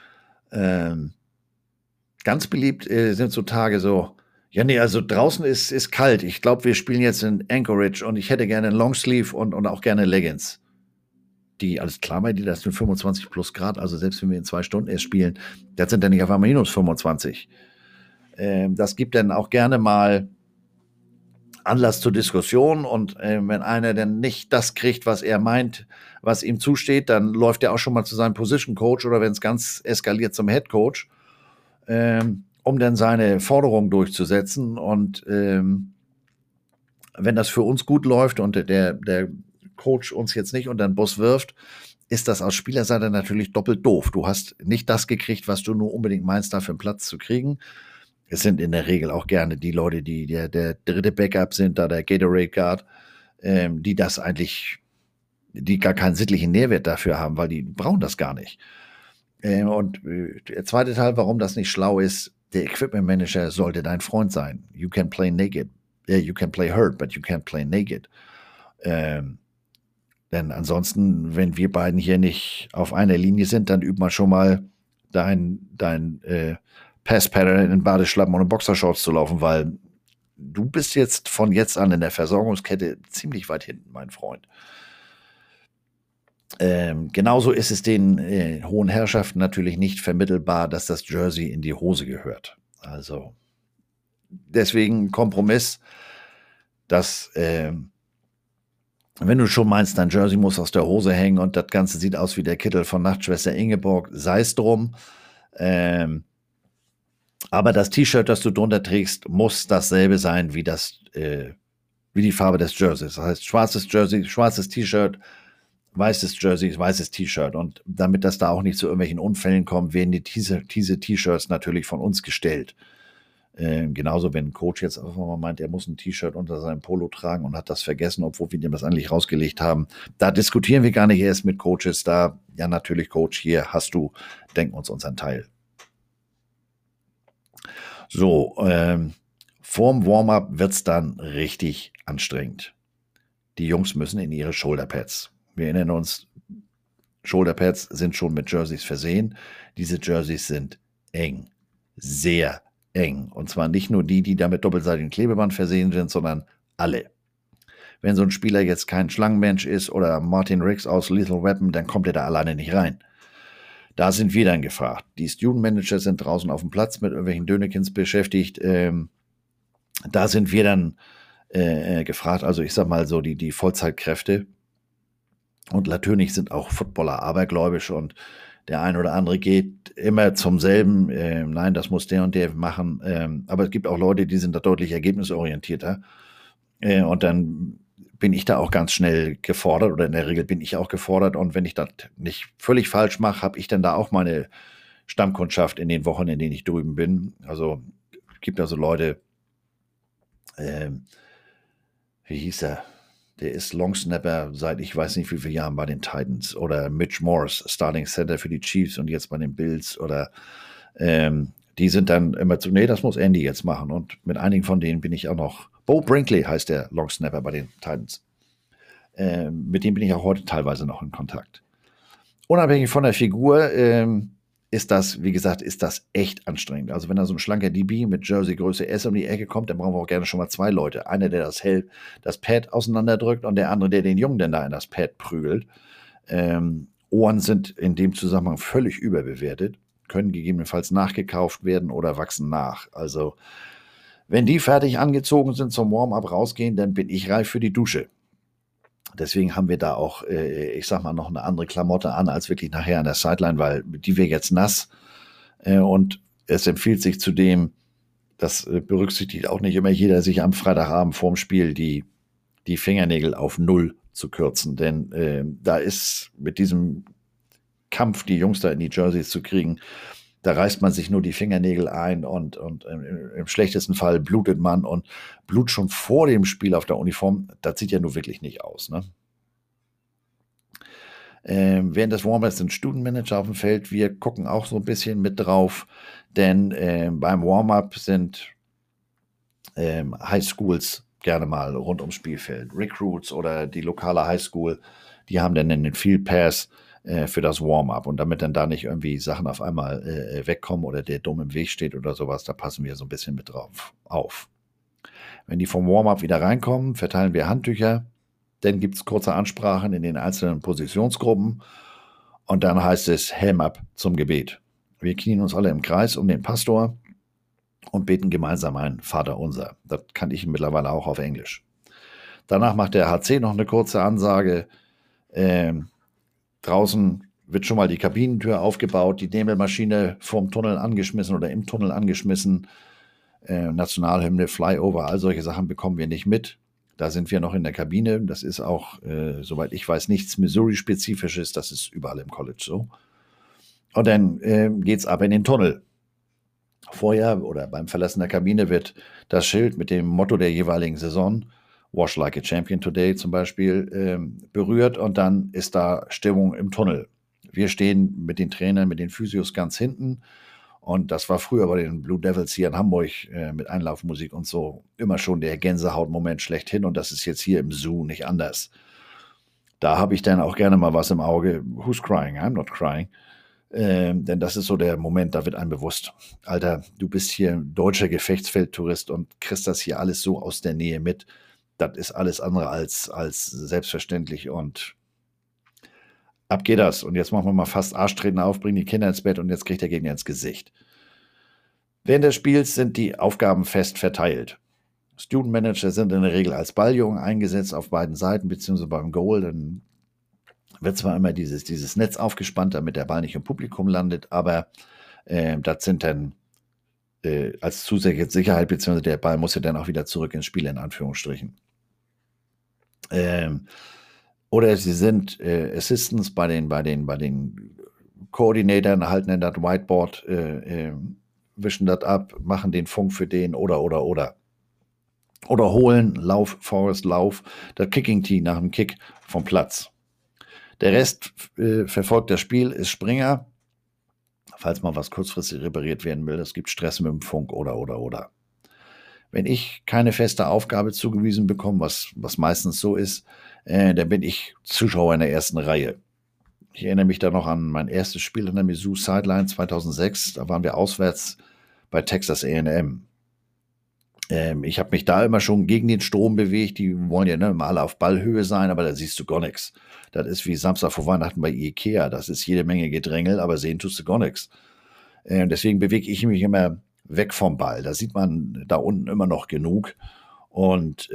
Ganz beliebt sind so Tage so, ja nee, also draußen ist kalt. Ich glaube, wir spielen jetzt in Anchorage und ich hätte gerne einen Longsleeve und auch gerne Leggings. Alles klar bei dir, das sind 25 plus Grad, also selbst wenn wir in 2 Stunden erst spielen, das sind dann nicht auf einmal minus 25. Das gibt dann auch gerne mal Anlass zur Diskussion und wenn einer dann nicht das kriegt, was er meint, was ihm zusteht, dann läuft er auch schon mal zu seinem Position Coach oder wenn es ganz eskaliert zum Head Coach, um dann seine Forderung durchzusetzen und wenn das für uns gut läuft und der Coach uns jetzt nicht unter den Bus wirft, ist das aus Spielerseite natürlich doppelt doof. Du hast nicht das gekriegt, was du nur unbedingt meinst, dafür einen Platz zu kriegen. Es sind in der Regel auch gerne die Leute, die der dritte Backup sind, da der Gatorade Guard, die das eigentlich, die gar keinen sittlichen Nährwert dafür haben, weil die brauchen das gar nicht. Und der zweite Teil, warum das nicht schlau ist, der Equipment Manager sollte dein Freund sein. You can play naked. You can play hurt, but you can't play naked. Denn ansonsten, wenn wir beiden hier nicht auf einer Linie sind, dann übt man schon mal dein Pass-Pattern in Badeschlappen und in Boxershorts zu laufen, weil du bist jetzt von jetzt an in der Versorgungskette ziemlich weit hinten, mein Freund. Genauso ist es den hohen Herrschaften natürlich nicht vermittelbar, dass das Jersey in die Hose gehört. Also deswegen Kompromiss, dass wenn du schon meinst, dein Jersey muss aus der Hose hängen und das Ganze sieht aus wie der Kittel von Nachtschwester Ingeborg, sei es drum. Aber das T-Shirt, das du drunter trägst, muss dasselbe sein wie die Farbe des Jerseys. Das heißt, schwarzes Jersey, schwarzes T-Shirt, weißes Jersey, weißes T-Shirt. Und damit das da auch nicht zu irgendwelchen Unfällen kommt, werden diese T-Shirts natürlich von uns gestellt. Genauso, wenn ein Coach jetzt einfach mal meint, er muss ein T-Shirt unter seinem Polo tragen und hat das vergessen, obwohl wir ihm das eigentlich rausgelegt haben. Da diskutieren wir gar nicht erst mit Coaches. Da, ja natürlich, Coach, hier hast du, denken uns unseren Teil. So, vorm Warm-up wird's dann richtig anstrengend. Die Jungs müssen in ihre Shoulderpads. Wir erinnern uns, Shoulderpads sind schon mit Jerseys versehen. Diese Jerseys sind eng. sehr eng. Und zwar nicht nur die, die da mit doppelseitigem Klebeband versehen sind, sondern alle. Wenn so ein Spieler jetzt kein Schlangenmensch ist oder Martin Riggs aus Lethal Weapon, dann kommt er da alleine nicht rein. Da sind wir dann gefragt. Die Student Manager sind draußen auf dem Platz mit irgendwelchen Dönekins beschäftigt. Da sind wir dann gefragt, also ich sag mal so die Vollzeitkräfte. Und natürlich sind auch Footballer abergläubisch und der ein oder andere geht immer zum selben, nein, das muss der und der machen. Aber es gibt auch Leute, die sind da deutlich ergebnisorientierter. Und dann bin ich da auch ganz schnell gefordert oder in der Regel bin ich auch gefordert. Und wenn ich das nicht völlig falsch mache, habe ich dann da auch meine Stammkundschaft in den Wochen, in denen ich drüben bin. Also es gibt also Leute, wie hieß er? Der ist Longsnapper seit ich weiß nicht wie vielen Jahren bei den Titans. Oder Mitch Morse, Starting Center für die Chiefs und jetzt bei den Bills. Oder die sind dann immer zu, nee, das muss Andy jetzt machen. Und mit einigen von denen bin ich auch noch, Bo Brinkley heißt der Longsnapper bei den Titans. Mit dem bin ich auch heute teilweise noch in Kontakt. Unabhängig von der Figur ist das, wie gesagt, ist das echt anstrengend. Also wenn da so ein schlanker DB mit Jersey Größe S um die Ecke kommt, dann brauchen wir auch gerne schon mal 2 Leute. Einer, der das Pad auseinanderdrückt und der andere, der den Jungen dann da in das Pad prügelt. Ohren sind in dem Zusammenhang völlig überbewertet, können gegebenenfalls nachgekauft werden oder wachsen nach. Also wenn die fertig angezogen sind zum Warm-up rausgehen, dann bin ich reif für die Dusche. Deswegen haben wir da auch, ich sag mal, noch eine andere Klamotte an, als wirklich nachher an der Sideline, weil die wäre jetzt nass. Und es empfiehlt sich zudem, das berücksichtigt auch nicht immer jeder, sich am Freitagabend vorm Spiel die Fingernägel auf 0 zu kürzen. Denn da ist mit diesem Kampf, die Jungs da in die Jerseys zu kriegen, da reißt man sich nur die Fingernägel ein und im schlechtesten Fall blutet man und Blut schon vor dem Spiel auf der Uniform, das sieht ja nur wirklich nicht aus. Ne? Während des Warm-ups sind Studenmanager auf dem Feld. Wir gucken auch so ein bisschen mit drauf, denn beim Warm-up sind Highschools gerne mal rund ums Spielfeld. Recruits oder die lokale Highschool, die haben dann einen Field Pass für das Warm-up. Und damit dann da nicht irgendwie Sachen auf einmal wegkommen oder der dumm im Weg steht oder sowas, da passen wir so ein bisschen mit drauf auf. Wenn die vom Warm-up wieder reinkommen, verteilen wir Handtücher. Dann gibt es kurze Ansprachen in den einzelnen Positionsgruppen. Und dann heißt es Helm ab zum Gebet. Wir knien uns alle im Kreis um den Pastor und beten gemeinsam ein Vaterunser. Das kann ich mittlerweile auch auf Englisch. Danach macht der HC noch eine kurze Ansage. Draußen wird schon mal die Kabinentür aufgebaut, die Nebelmaschine vorm Tunnel angeschmissen oder im Tunnel angeschmissen. Nationalhymne, Flyover, all solche Sachen bekommen wir nicht mit. Da sind wir noch in der Kabine. Das ist auch, soweit ich weiß, nichts Missouri-spezifisches. Das ist überall im College so. Und dann geht's ab in den Tunnel. Vorher oder beim Verlassen der Kabine wird das Schild mit dem Motto der jeweiligen Saison, Wash like a Champion today zum Beispiel, berührt und dann ist da Stimmung im Tunnel. Wir stehen mit den Trainern, mit den Physios ganz hinten und das war früher bei den Blue Devils hier in Hamburg mit Einlaufmusik und so immer schon der Gänsehautmoment schlechthin und das ist jetzt hier im Zoo nicht anders. Da habe ich dann auch gerne mal was im Auge. Who's crying? I'm not crying. Denn das ist so der Moment, da wird einem bewusst, Alter, du bist hier deutscher Gefechtsfeldtourist und kriegst das hier alles so aus der Nähe mit. Das ist alles andere als selbstverständlich und ab geht das. Und jetzt machen wir mal fast Arschtreten auf, bringen die Kinder ins Bett und jetzt kriegt der Gegner ins Gesicht. Während des Spiels sind die Aufgaben fest verteilt. Student Manager sind in der Regel als Balljungen eingesetzt auf beiden Seiten, beziehungsweise beim Goal. Dann wird zwar immer dieses Netz aufgespannt, damit der Ball nicht im Publikum landet, aber das sind dann als zusätzliche Sicherheit, beziehungsweise der Ball muss ja dann auch wieder zurück ins Spiel, in Anführungsstrichen. Oder sie sind Assistants bei den Koordinatoren, halten dann das Whiteboard, wischen das ab, machen den Funk für den oder. Oder holen, Lauf, Forest, Lauf, das Kicking-Tee nach dem Kick vom Platz. Der Rest verfolgt das Spiel, ist Springer, falls mal was kurzfristig repariert werden will. Es gibt Stress mit dem Funk oder. Wenn ich keine feste Aufgabe zugewiesen bekomme, was meistens so ist, dann bin ich Zuschauer in der ersten Reihe. Ich erinnere mich da noch an mein erstes Spiel an der Mizzou Sideline 2006. Da waren wir auswärts bei Texas A&M. Ich habe mich da immer schon gegen den Strom bewegt. Die wollen ja immer alle auf Ballhöhe sein, aber da siehst du gar nichts. Das ist wie Samstag vor Weihnachten bei Ikea. Das ist jede Menge Gedrängel, aber sehen tust du gar nichts. Deswegen bewege ich mich immer weg vom Ball. Da sieht man da unten immer noch genug und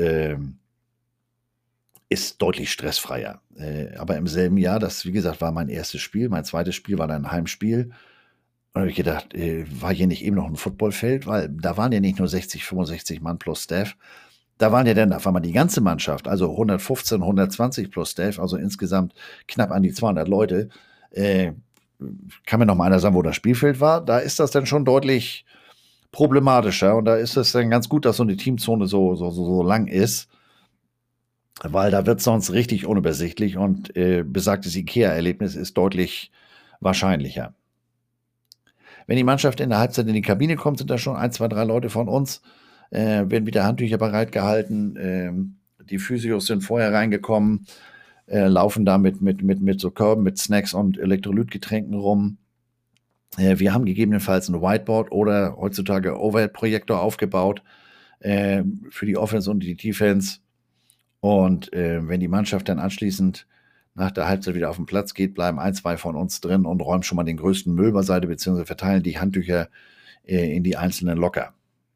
ist deutlich stressfreier. Aber im selben Jahr, das wie gesagt war mein erstes Spiel, mein zweites Spiel war dann ein Heimspiel. Und habe ich gedacht, war hier nicht eben noch ein Footballfeld? Weil da waren ja nicht nur 60, 65 Mann plus Staff. Da waren ja dann auf einmal die ganze Mannschaft, also 115, 120 plus Staff, also insgesamt knapp an die 200 Leute. Kann mir noch mal einer sagen, wo das Spielfeld war? Da ist das dann schon deutlich problematischer und da ist es dann ganz gut, dass so eine Teamzone so lang ist, weil da wird sonst richtig unübersichtlich und besagtes Ikea-Erlebnis ist deutlich wahrscheinlicher. Wenn die Mannschaft in der Halbzeit in die Kabine kommt, sind da schon 1, 2, 3 Leute von uns, werden wieder Handtücher bereitgehalten. Die Physios sind vorher reingekommen, laufen da mit so Körben, mit Snacks und Elektrolytgetränken rum. Wir haben gegebenenfalls ein Whiteboard oder heutzutage Overhead-Projektor aufgebaut für die Offense und die Defense. Und wenn die Mannschaft dann anschließend nach der Halbzeit wieder auf den Platz geht, bleiben 1, 2 von uns drin und räumen schon mal den größten Müll beiseite, beziehungsweise verteilen die Handtücher in die einzelnen Locker.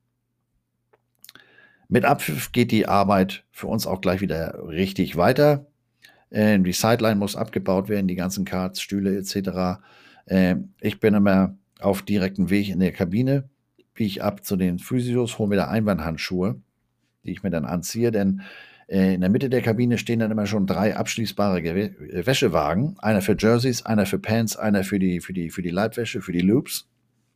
Mit Abpfiff geht die Arbeit für uns auch gleich wieder richtig weiter. Die Sideline muss abgebaut werden, die ganzen Cards, Stühle etc. Ich bin immer auf direktem Weg in der Kabine, biege ich ab zu den Physios, hole mir da Einbandhandschuhe, die ich mir dann anziehe, denn in der Mitte der Kabine stehen dann immer schon 3 abschließbare Wäschewagen. Einer für Jerseys, einer für Pants, einer für die Leibwäsche, für die Loops.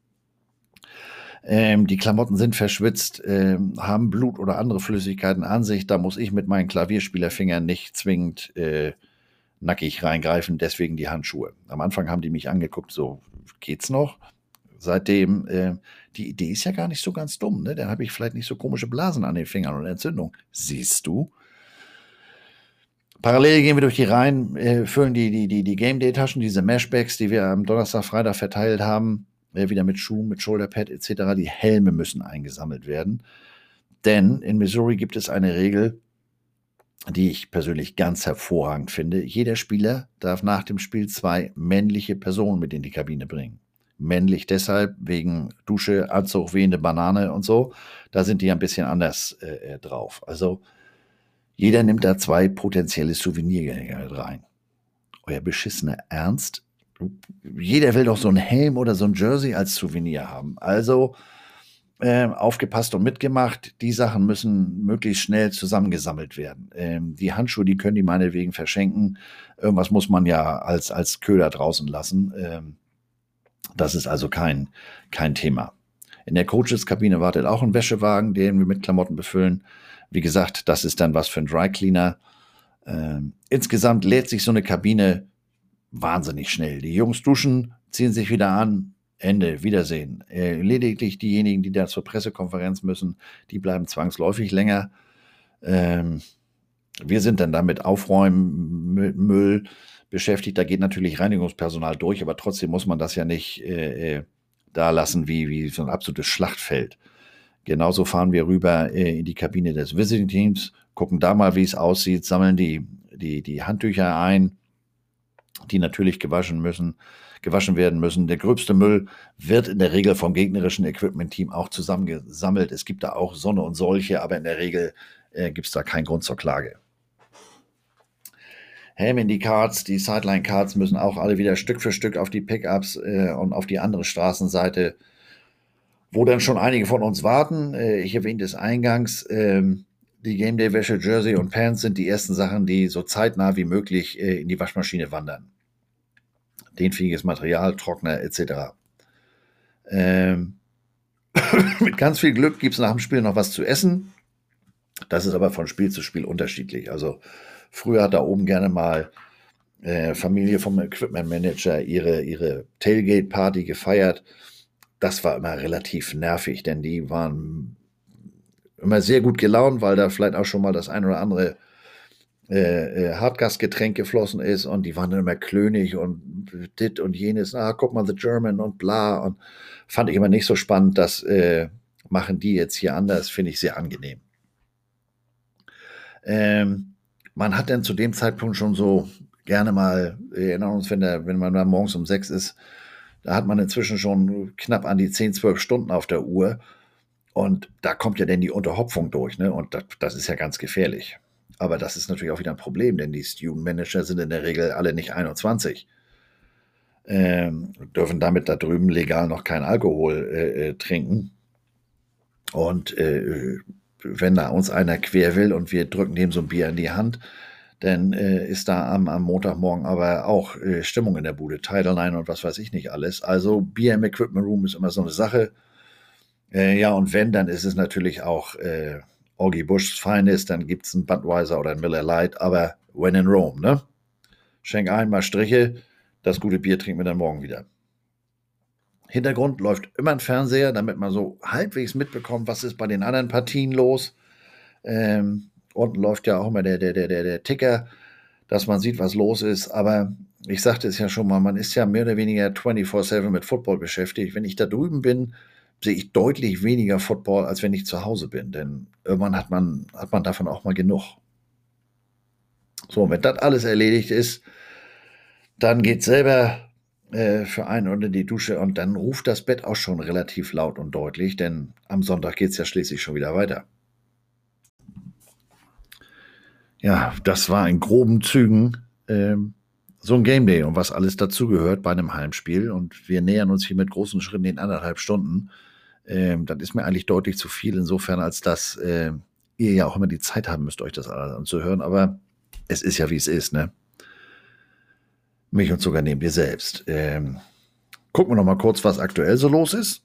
Die Klamotten sind verschwitzt, haben Blut oder andere Flüssigkeiten an sich. Da muss ich mit meinen Klavierspielerfingern nicht zwingend nackig reingreifen, deswegen die Handschuhe. Am Anfang haben die mich angeguckt, so, geht's noch? Seitdem, die Idee ist ja gar nicht so ganz dumm, ne? Dann habe ich vielleicht nicht so komische Blasen an den Fingern und Entzündung. Siehst du? Parallel gehen wir durch die Reihen, füllen die Game Day Taschen, diese Meshbags, die wir am Donnerstag, Freitag verteilt haben, wieder mit Schuhen, mit Shoulderpad etc. Die Helme müssen eingesammelt werden. Denn in Missouri gibt es eine Regel, die ich persönlich ganz hervorragend finde. Jeder Spieler darf nach dem Spiel 2 männliche Personen mit in die Kabine bringen. Männlich deshalb wegen Dusche, Anzug, wehende Banane und so. Da sind die ein bisschen anders drauf. Also jeder nimmt da 2 potenzielle Souvenirgänge rein. Euer beschissener Ernst? Jeder will doch so einen Helm oder so ein Jersey als Souvenir haben. Also aufgepasst und mitgemacht. Die Sachen müssen möglichst schnell zusammengesammelt werden. Die Handschuhe, die können die meinetwegen verschenken. Irgendwas muss man ja als Köder draußen lassen. Das ist also kein Thema. In der Coaches-Kabine wartet auch ein Wäschewagen, den wir mit Klamotten befüllen. Wie gesagt, das ist dann was für einen Dry Cleaner. Insgesamt lädt sich so eine Kabine wahnsinnig schnell. Die Jungs duschen, ziehen sich wieder an, Ende, Wiedersehen. Lediglich diejenigen, die da zur Pressekonferenz müssen, die bleiben zwangsläufig länger. Wir sind dann damit Aufräumen, Müll beschäftigt. Da geht natürlich Reinigungspersonal durch, aber trotzdem muss man das ja nicht da lassen wie so ein absolutes Schlachtfeld. Genauso fahren wir rüber in die Kabine des Visiting Teams, gucken da mal, wie es aussieht, sammeln die Handtücher ein, die natürlich gewaschen werden müssen. Der gröbste Müll wird in der Regel vom gegnerischen Equipment-Team auch zusammengesammelt. Es gibt da auch Sonne und solche, aber in der Regel gibt es da keinen Grund zur Klage. Helm in die Cards, die Sideline-Cards müssen auch alle wieder Stück für Stück auf die Pickups und auf die andere Straßenseite, wo dann schon einige von uns warten. Ich erwähnte es eingangs, die Game Day Wäsche, Jersey und Pants sind die ersten Sachen, die so zeitnah wie möglich in die Waschmaschine wandern. Dehnfähiges Material, Trockner etc. Mit ganz viel Glück gibt es nach dem Spiel noch was zu essen. Das ist aber von Spiel zu Spiel unterschiedlich. Also früher hat da oben gerne mal Familie vom Equipment Manager ihre Tailgate-Party gefeiert. Das war immer relativ nervig, denn die waren immer sehr gut gelaunt, weil da vielleicht auch schon mal das ein oder andere Hartgasgetränk geflossen ist und die waren dann immer klönig und dit und jenes, guck mal, The German und bla und Fand ich immer nicht so spannend. Das machen die jetzt hier anders, finde ich sehr angenehm. Man hat dann zu dem Zeitpunkt schon so gerne mal, erinnern uns, wenn man da morgens um 6 ist, da hat man inzwischen schon knapp an die 10, 12 Stunden auf der Uhr. Und da kommt ja dann die Unterhopfung durch, ne? Und das ist ja ganz gefährlich. Aber das ist natürlich auch wieder ein Problem, denn die Student Manager sind in der Regel alle nicht 21. Dürfen damit da drüben legal noch keinen Alkohol trinken. Und wenn da uns einer quer will und wir drücken dem so ein Bier in die Hand, dann ist da am Montagmorgen aber auch Stimmung in der Bude, Title IX und was weiß ich nicht alles. Also Bier im Equipment Room ist immer so eine Sache. Ja, und wenn, dann ist es natürlich auch Augie Busch's Finest, dann gibt es einen Budweiser oder einen Miller Lite, aber when in Rome, ne? Schenk ein, mal Striche, das gute Bier trinken wir dann morgen wieder. Hintergrund läuft immer ein Fernseher, damit man so halbwegs mitbekommt, was ist bei den anderen Partien los. Unten läuft ja auch immer der Ticker, dass man sieht, was los ist. Aber ich sagte es ja schon mal, man ist ja mehr oder weniger 24/7 mit Football beschäftigt. Wenn ich da drüben bin, sehe ich deutlich weniger Football, als wenn ich zu Hause bin. Denn irgendwann hat man davon auch mal genug. So, wenn das alles erledigt ist, dann geht selber für einen unter die Dusche und dann ruft das Bett auch schon relativ laut und deutlich, denn am Sonntag geht es ja schließlich schon wieder weiter. Ja, das war in groben Zügen so ein Game Day und was alles dazugehört bei einem Heimspiel. Und wir nähern uns hier mit großen Schritten den 1,5 Stunden. Das ist mir eigentlich deutlich zu viel, insofern, als dass ihr ja auch immer die Zeit haben müsst, euch das alles anzuhören. Aber es ist ja, wie es ist, ne? Milch und Zucker nehmt ihr selbst. Gucken wir noch mal kurz, was aktuell so los ist.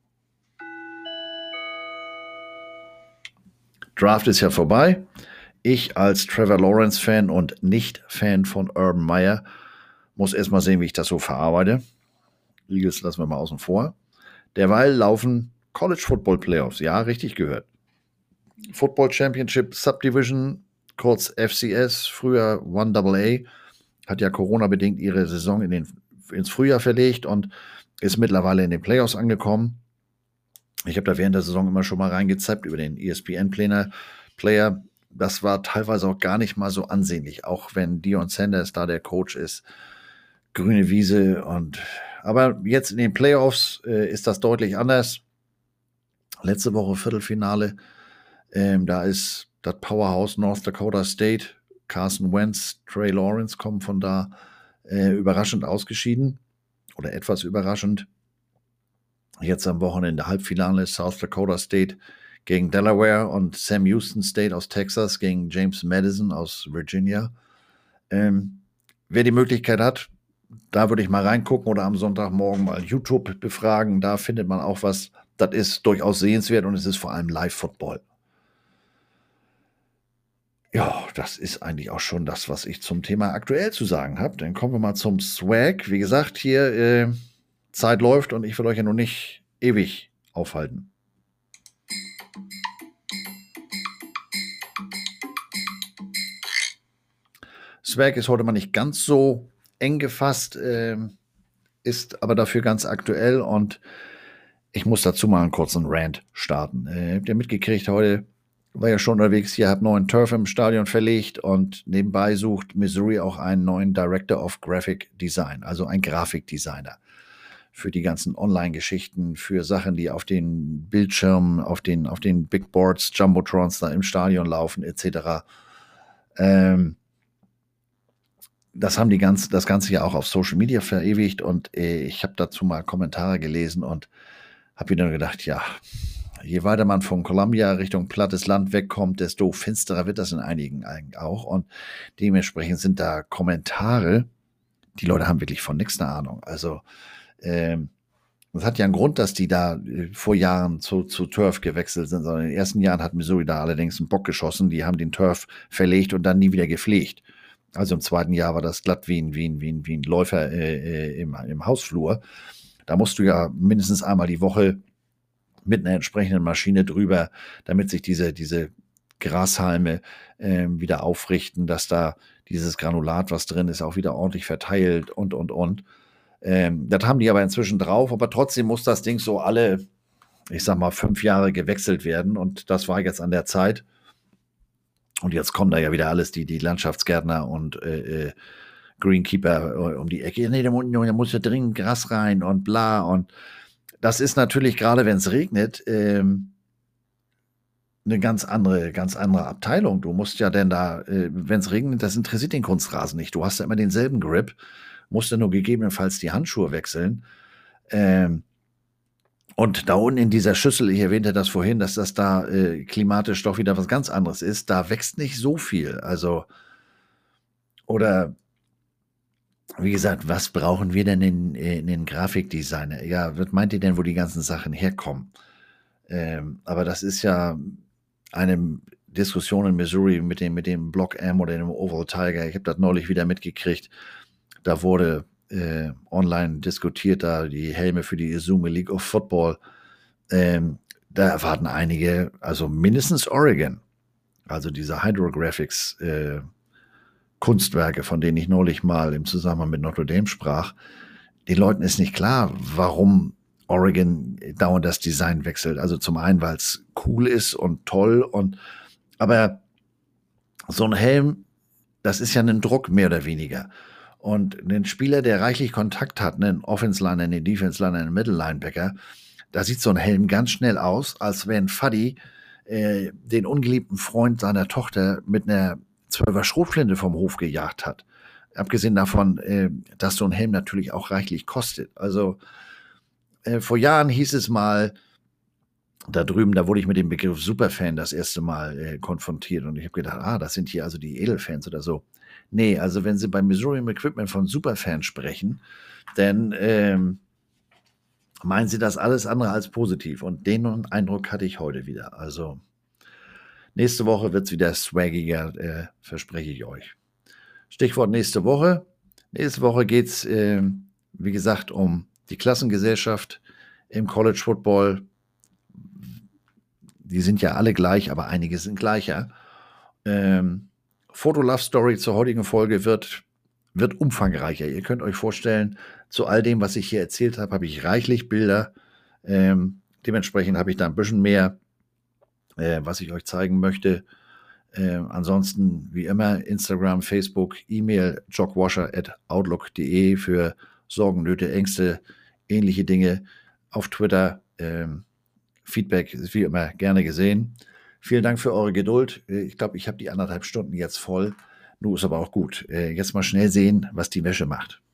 Draft ist ja vorbei. Ich als Trevor Lawrence-Fan und Nicht-Fan von Urban Meyer muss erst mal sehen, wie ich das so verarbeite. Eagles lassen wir mal außen vor. Derweil laufen College Football Playoffs. Ja, richtig gehört. Football Championship Subdivision, kurz FCS, früher 1AA, hat ja Corona-bedingt ihre Saison ins Frühjahr verlegt und ist mittlerweile in den Playoffs angekommen. Ich habe da während der Saison immer schon mal reingezappt über den ESPN-Player. Das war teilweise auch gar nicht mal so ansehnlich, auch wenn Deion Sanders da der Coach ist. Grüne Wiese aber jetzt in den Playoffs ist das deutlich anders. Letzte Woche Viertelfinale, da ist das Powerhouse North Dakota State, Carson Wentz, Trey Lawrence kommen von da überraschend ausgeschieden oder etwas überraschend. Jetzt am Wochenende Halbfinale South Dakota State gegen Delaware und Sam Houston State aus Texas gegen James Madison aus Virginia. Wer die Möglichkeit hat, da würde ich mal reingucken oder am Sonntagmorgen mal YouTube befragen. Da findet man auch was. Das ist durchaus sehenswert und es ist vor allem Live-Football. Ja, das ist eigentlich auch schon das, was ich zum Thema aktuell zu sagen habe. Dann kommen wir mal zum Swag. Wie gesagt, hier Zeit läuft und ich will euch ja noch nicht ewig aufhalten. Swag ist heute mal nicht ganz so eng gefasst, ist aber dafür ganz aktuell und ich muss dazu mal einen kurzen Rant starten. Habt ihr mitgekriegt, heute war ja schon unterwegs, hier, habt neuen Turf im Stadion verlegt und nebenbei sucht Missouri auch einen neuen Director of Graphic Design, also ein Grafikdesigner für die ganzen Online-Geschichten, für Sachen, die auf den Bildschirmen, auf den Big Boards, Jumbotrons da im Stadion laufen, etc. Das haben das Ganze ja auch auf Social Media verewigt und ich habe dazu mal Kommentare gelesen und habe wieder gedacht, ja, je weiter man von Columbia Richtung plattes Land wegkommt, desto finsterer wird das in einigen auch und dementsprechend sind da Kommentare, die Leute haben wirklich von nichts eine Ahnung. Also das hat ja einen Grund, dass die da vor Jahren zu Turf gewechselt sind, sondern in den ersten Jahren hat Missouri da allerdings einen Bock geschossen, die haben den Turf verlegt und dann nie wieder gepflegt. Also im zweiten Jahr war das glatt wie ein Läufer im Hausflur. Da musst du ja mindestens einmal die Woche mit einer entsprechenden Maschine drüber, damit sich diese Grashalme wieder aufrichten, dass da dieses Granulat, was drin ist, auch wieder ordentlich verteilt und. Das haben die aber inzwischen drauf, aber trotzdem muss das Ding so alle, ich sag mal, 5 Jahre gewechselt werden und das war jetzt an der Zeit. Und jetzt kommen da ja wieder alles die Landschaftsgärtner und Greenkeeper um die Ecke. Nee, da muss ja dringend Gras rein und bla. Und das ist natürlich, gerade wenn es regnet, eine ganz andere Abteilung. Du musst ja denn da, wenn es regnet, das interessiert den Kunstrasen nicht. Du hast ja immer denselben Grip, musst ja nur gegebenenfalls die Handschuhe wechseln. Und da unten in dieser Schüssel, ich erwähnte das vorhin, dass das da klimatisch doch wieder was ganz anderes ist, da wächst nicht so viel. Also, oder wie gesagt, was brauchen wir denn in den Grafikdesigner? Ja, was meint ihr denn, wo die ganzen Sachen herkommen? Aber das ist ja eine Diskussion in Missouri mit dem Block M oder dem Oval Tiger. Ich habe das neulich wieder mitgekriegt. Da wurde online diskutiert, da die Helme für die Izumi League of Football. Da erwarten einige, also mindestens Oregon, also diese Hydrographics Kunstwerke, von denen ich neulich mal im Zusammenhang mit Notre Dame sprach. Den Leuten ist nicht klar, warum Oregon dauernd das Design wechselt. Also zum einen, weil es cool ist und toll, aber so ein Helm, das ist ja ein Druck mehr oder weniger. Und ein Spieler, der reichlich Kontakt hat, einen Offense-Liner, einen Defense-Liner, einen Middle-Linebacker, da sieht so ein Helm ganz schnell aus, als wenn Fuddy den ungeliebten Freund seiner Tochter mit einer 12er Schrotflinte vom Hof gejagt hat. Abgesehen davon, dass so ein Helm natürlich auch reichlich kostet. Also vor Jahren hieß es mal, da drüben, da wurde ich mit dem Begriff Superfan das erste Mal konfrontiert und ich habe gedacht, das sind hier also die Edelfans oder so. Nee, also wenn Sie beim Missouri Equipment von Superfans sprechen, dann meinen Sie das alles andere als positiv und den Eindruck hatte ich heute wieder. Also nächste Woche wird es wieder swaggiger, verspreche ich euch. Stichwort nächste Woche. Nächste Woche geht es, wie gesagt, um die Klassengesellschaft im College Football. Die sind ja alle gleich, aber einige sind gleicher. Foto-Love-Story zur heutigen Folge wird umfangreicher. Ihr könnt euch vorstellen, zu all dem, was ich hier erzählt habe ich reichlich Bilder. Dementsprechend habe ich da ein bisschen mehr, was ich euch zeigen möchte. Ansonsten, wie immer, Instagram, Facebook, E-Mail, jogwasher@outlook.de für Sorgen, Nöte, Ängste, ähnliche Dinge. Auf Twitter, Feedback ist wie immer gerne gesehen. Vielen Dank für eure Geduld. Ich glaube, ich habe die 1,5 Stunden jetzt voll. Nun ist aber auch gut. Jetzt mal schnell sehen, was die Wäsche macht.